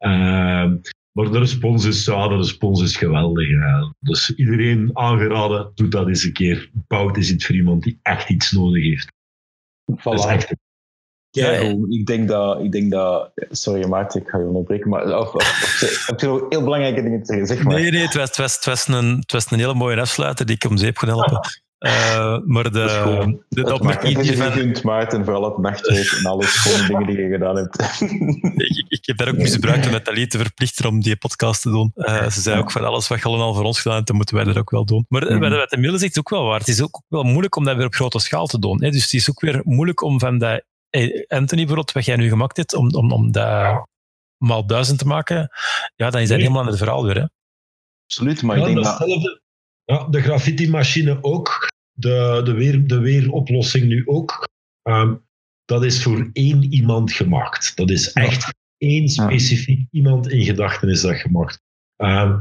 Uh, maar de respons is, ja, de respons is geweldig. Ja. Dus iedereen aangeraden, doe dat eens een keer. Bouwt eens iets voor iemand die echt iets nodig heeft. Voilà. Dat is echt... Ja, ik denk dat, ik denk dat... Sorry Maarten, ik ga je onderbreken, maar of, of, of, heb je nog heel belangrijke dingen te zeggen? Zeg maar. Nee, nee, het was, het, was, het, was een, het was een hele mooie afsluiter die ik om zeep kon helpen. Uh, maar de, de, de, de opmerking die van... van... Je Maarten, vooral het nachtwerk en alles, gewoon dingen die je gedaan hebt. ik, ik heb daar ook misbruikt om Nathalie te verplichten om die podcast te doen. Uh, ze zei ook van alles wat Gallen al voor ons gedaan heeft, dan moeten wij dat ook wel doen. Maar mm. wat de Mille zegt is ook wel waar. Het is ook wel moeilijk om dat weer op grote schaal te doen. Hè? Dus het is ook weer moeilijk om van dat... Hey, Anthony, bijvoorbeeld, wat jij nu gemaakt hebt, om, om, om dat maal duizend te maken, ja, dan is dat nee. helemaal aan het verhaal weer. Hè? Absoluut, maar ja, ik denk dat... Ja, de graffiti-machine ook, de, de, weer, de weeroplossing nu ook. Um, dat is voor één iemand gemaakt. Dat is echt ja. één specifiek ja. iemand in gedachten is dat gemaakt. Um,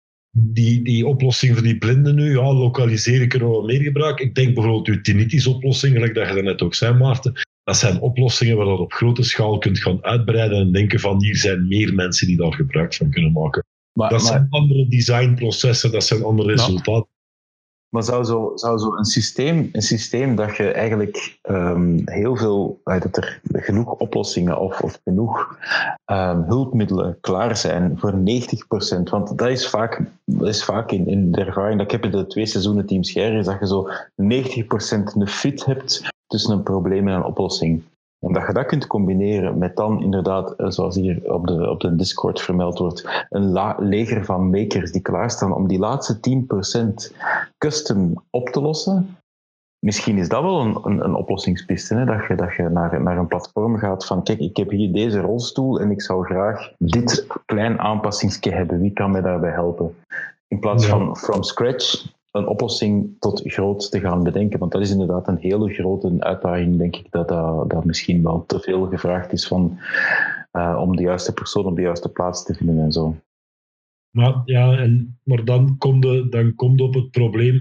die, die oplossing voor die blinden nu, ja, lokaliseer ik er wel meer gebruik. Ik denk bijvoorbeeld uw tinnitus-oplossing, gelijk dat je dat net ook zei, Maarten. Dat zijn oplossingen waar je op grote schaal kunt gaan uitbreiden en denken van hier zijn meer mensen die daar gebruik van kunnen maken. Maar, dat maar, zijn andere designprocessen, dat zijn andere resultaten. Ja. Maar zou zo, zou zo een, systeem, een systeem dat je eigenlijk um, heel veel, dat er genoeg oplossingen of, of genoeg um, hulpmiddelen klaar zijn voor negentig procent, want dat is vaak, dat is vaak in, in de ervaring dat ik heb in de twee seizoenen Team Scher, is dat je zo negentig procent een fit hebt tussen een probleem en een oplossing. En dat je dat kunt combineren met dan inderdaad, zoals hier op de, op de Discord vermeld wordt, een la- leger van makers die klaarstaan om die laatste tien procent custom op te lossen. Misschien is dat wel een, een, een oplossingspiste, hè? Dat je, dat je naar, naar een platform gaat van kijk, ik heb hier deze rolstoel en ik zou graag dit klein aanpassingsje hebben. Wie kan mij daarbij helpen? In plaats ja. van from scratch een oplossing tot groot te gaan bedenken. Want dat is inderdaad een hele grote uitdaging, denk ik, dat dat, dat misschien wel te veel gevraagd is van, uh, om de juiste persoon op de juiste plaats te vinden en zo. Maar, ja, en, maar dan kom je dan kom je op het probleem.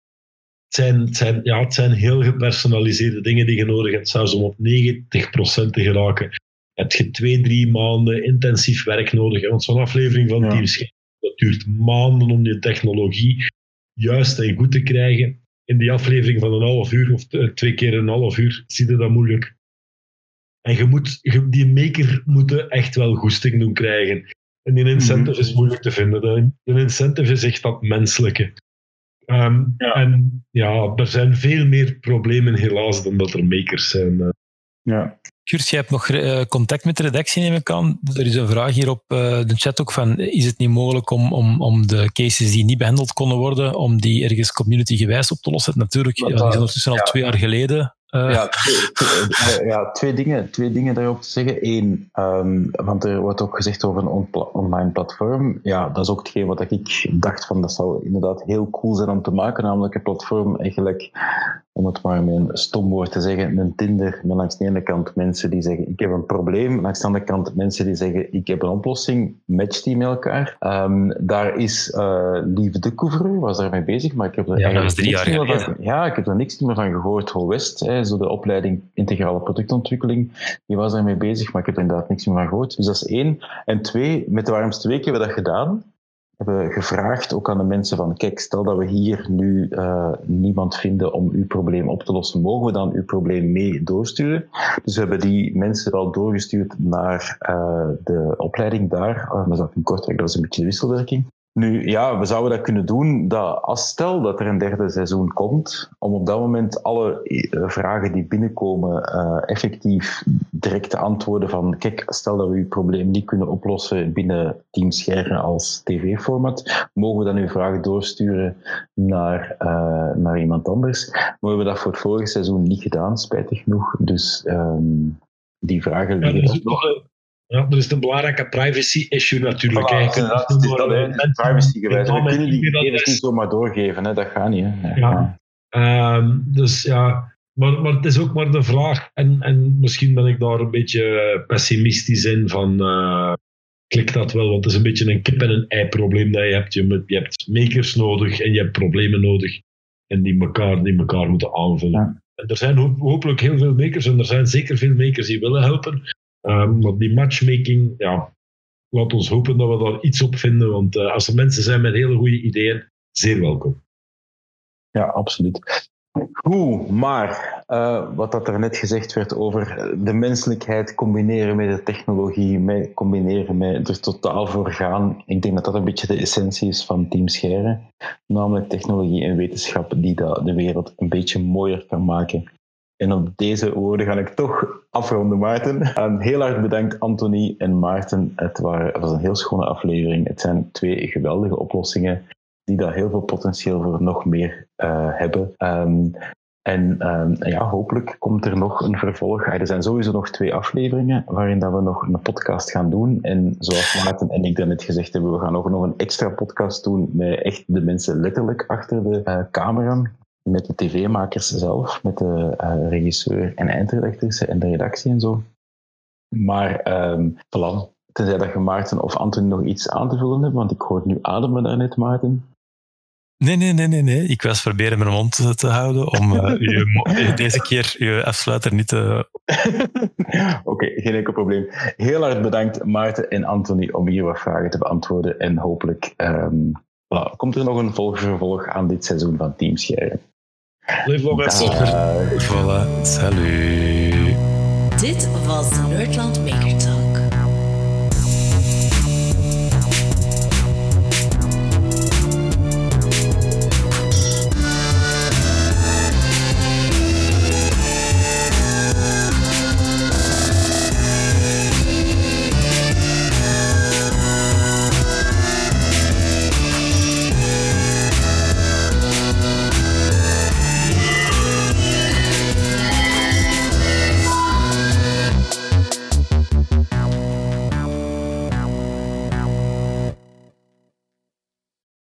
Het zijn, het, zijn, ja, het zijn heel gepersonaliseerde dingen die je nodig hebt, zelfs om op negentig procent te geraken. Heb je twee, drie maanden intensief werk nodig. Want zo'n aflevering van ja. Team Scher, dat duurt maanden om die technologie juist en goed te krijgen. In die aflevering van een half uur of twee keer een half uur zie je dat moeilijk. En je moet, je, die maker moet echt wel goesting doen krijgen. En die incentive mm-hmm. is moeilijk te vinden. De incentive is echt dat menselijke. Um, ja. En ja, er zijn veel meer problemen helaas dan dat er makers zijn. Ja. Gert, jij hebt nog uh, contact met de redactie, neem ik aan. Er is een vraag hier op uh, de chat ook van, is het niet mogelijk om, om, om de cases die niet behandeld konden worden, om die ergens community-gewijs op te lossen? Natuurlijk, ja, die zijn ondertussen ja. al twee jaar geleden. Uh. Ja, twee, twee, ja twee, dingen, twee dingen daarop te zeggen. Eén, um, want er wordt ook gezegd over een on- online platform. Ja, dat is ook hetgeen wat ik dacht van, dat zou inderdaad heel cool zijn om te maken, namelijk een platform eigenlijk, om het maar met een stom woord te zeggen, een Tinder, met langs de ene kant mensen die zeggen, ik heb een probleem, langs de andere kant mensen die zeggen, ik heb een oplossing, match die met elkaar. Um, daar is uh, Lieve de Couvreur, was daarmee bezig, maar ik heb er ja, dat was drie jaar geleden. Van, ja, ik heb er niks meer van gehoord. Ho West, hè, zo de opleiding integrale productontwikkeling, die was daarmee bezig, maar ik heb er inderdaad niks meer van gehoord. Dus dat is één. En twee, met de warmste week hebben we dat gedaan. We hebben gevraagd ook aan de mensen van, kijk, stel dat we hier nu uh, niemand vinden om uw probleem op te lossen, mogen we dan uw probleem mee doorsturen? Dus we hebben die mensen wel doorgestuurd naar uh, de opleiding daar. Uh, dat is in Kortrijk, dat was een beetje de wisselwerking. Nu, ja, we zouden dat kunnen doen, dat als stel dat er een derde seizoen komt, om op dat moment alle uh, vragen die binnenkomen uh, effectief direct te antwoorden van, kijk, stel dat we uw probleem niet kunnen oplossen binnen Team Scherren als tv-format, mogen we dan uw vragen doorsturen naar, uh, naar iemand anders. Maar we hebben dat voor het vorige seizoen niet gedaan, spijtig genoeg. Dus um, die vragen ja, liggen nog... Ja, er is een belangrijke privacy-issue natuurlijk. Voilà, dat, dat, dat is dat, hè. Privacy-gewijs. We kunnen die gegevens niet zomaar doorgeven, hè. Dat gaat niet. Hè. Ja. Ja. Um, dus ja, maar, maar het is ook maar de vraag, en, en misschien ben ik daar een beetje pessimistisch in, van uh, klikt dat wel, want het is een beetje een kip- en een ei-probleem dat je hebt. Je, je hebt makers nodig en je hebt problemen nodig, en die elkaar, die elkaar moeten aanvullen. Ja. En er zijn ho- hopelijk heel veel makers, en er zijn zeker veel makers die willen helpen. Um, maar die matchmaking, ja, laat ons hopen dat we daar iets op vinden, want uh, als er mensen zijn met hele goede ideeën, zeer welkom. Ja, absoluut. Goed, maar uh, wat dat er net gezegd werd over de menselijkheid combineren met de technologie, met combineren met er totaal voor gaan, ik denk dat dat een beetje de essentie is van Team Scherren, namelijk technologie en wetenschap die dat de wereld een beetje mooier kan maken. En op deze woorden ga ik toch afronden, Maarten. En heel erg bedankt, Anthony en Maarten. Het, waren, het was een heel schone aflevering. Het zijn twee geweldige oplossingen die daar heel veel potentieel voor nog meer uh, hebben. Um, en um, ja, hopelijk komt er nog een vervolg. Er zijn sowieso nog twee afleveringen waarin dat we nog een podcast gaan doen. En zoals Maarten en ik net gezegd hebben, we gaan ook nog een extra podcast doen met echt de mensen letterlijk achter de uh, camera. Met de tv-makers zelf, met de uh, regisseur en eindredactrice en de redactie en zo. Maar um, voilà, tenzij dat je Maarten of Anthony nog iets aan te vullen hebt, want ik hoor nu ademen daarnet, Maarten. Nee, nee, nee, nee, nee. Ik was proberen mijn mond te houden om uh, je, deze keer je afsluiter niet te... Oké, okay, geen enkel probleem. Heel hard bedankt, Maarten en Anthony, om hier wat vragen te beantwoorden. En hopelijk um, voilà, komt er nog een vervolg aan dit seizoen van Team Scherren. Live long and prosper. Voilà, salut. Dit was de Nerdland Maker Talk.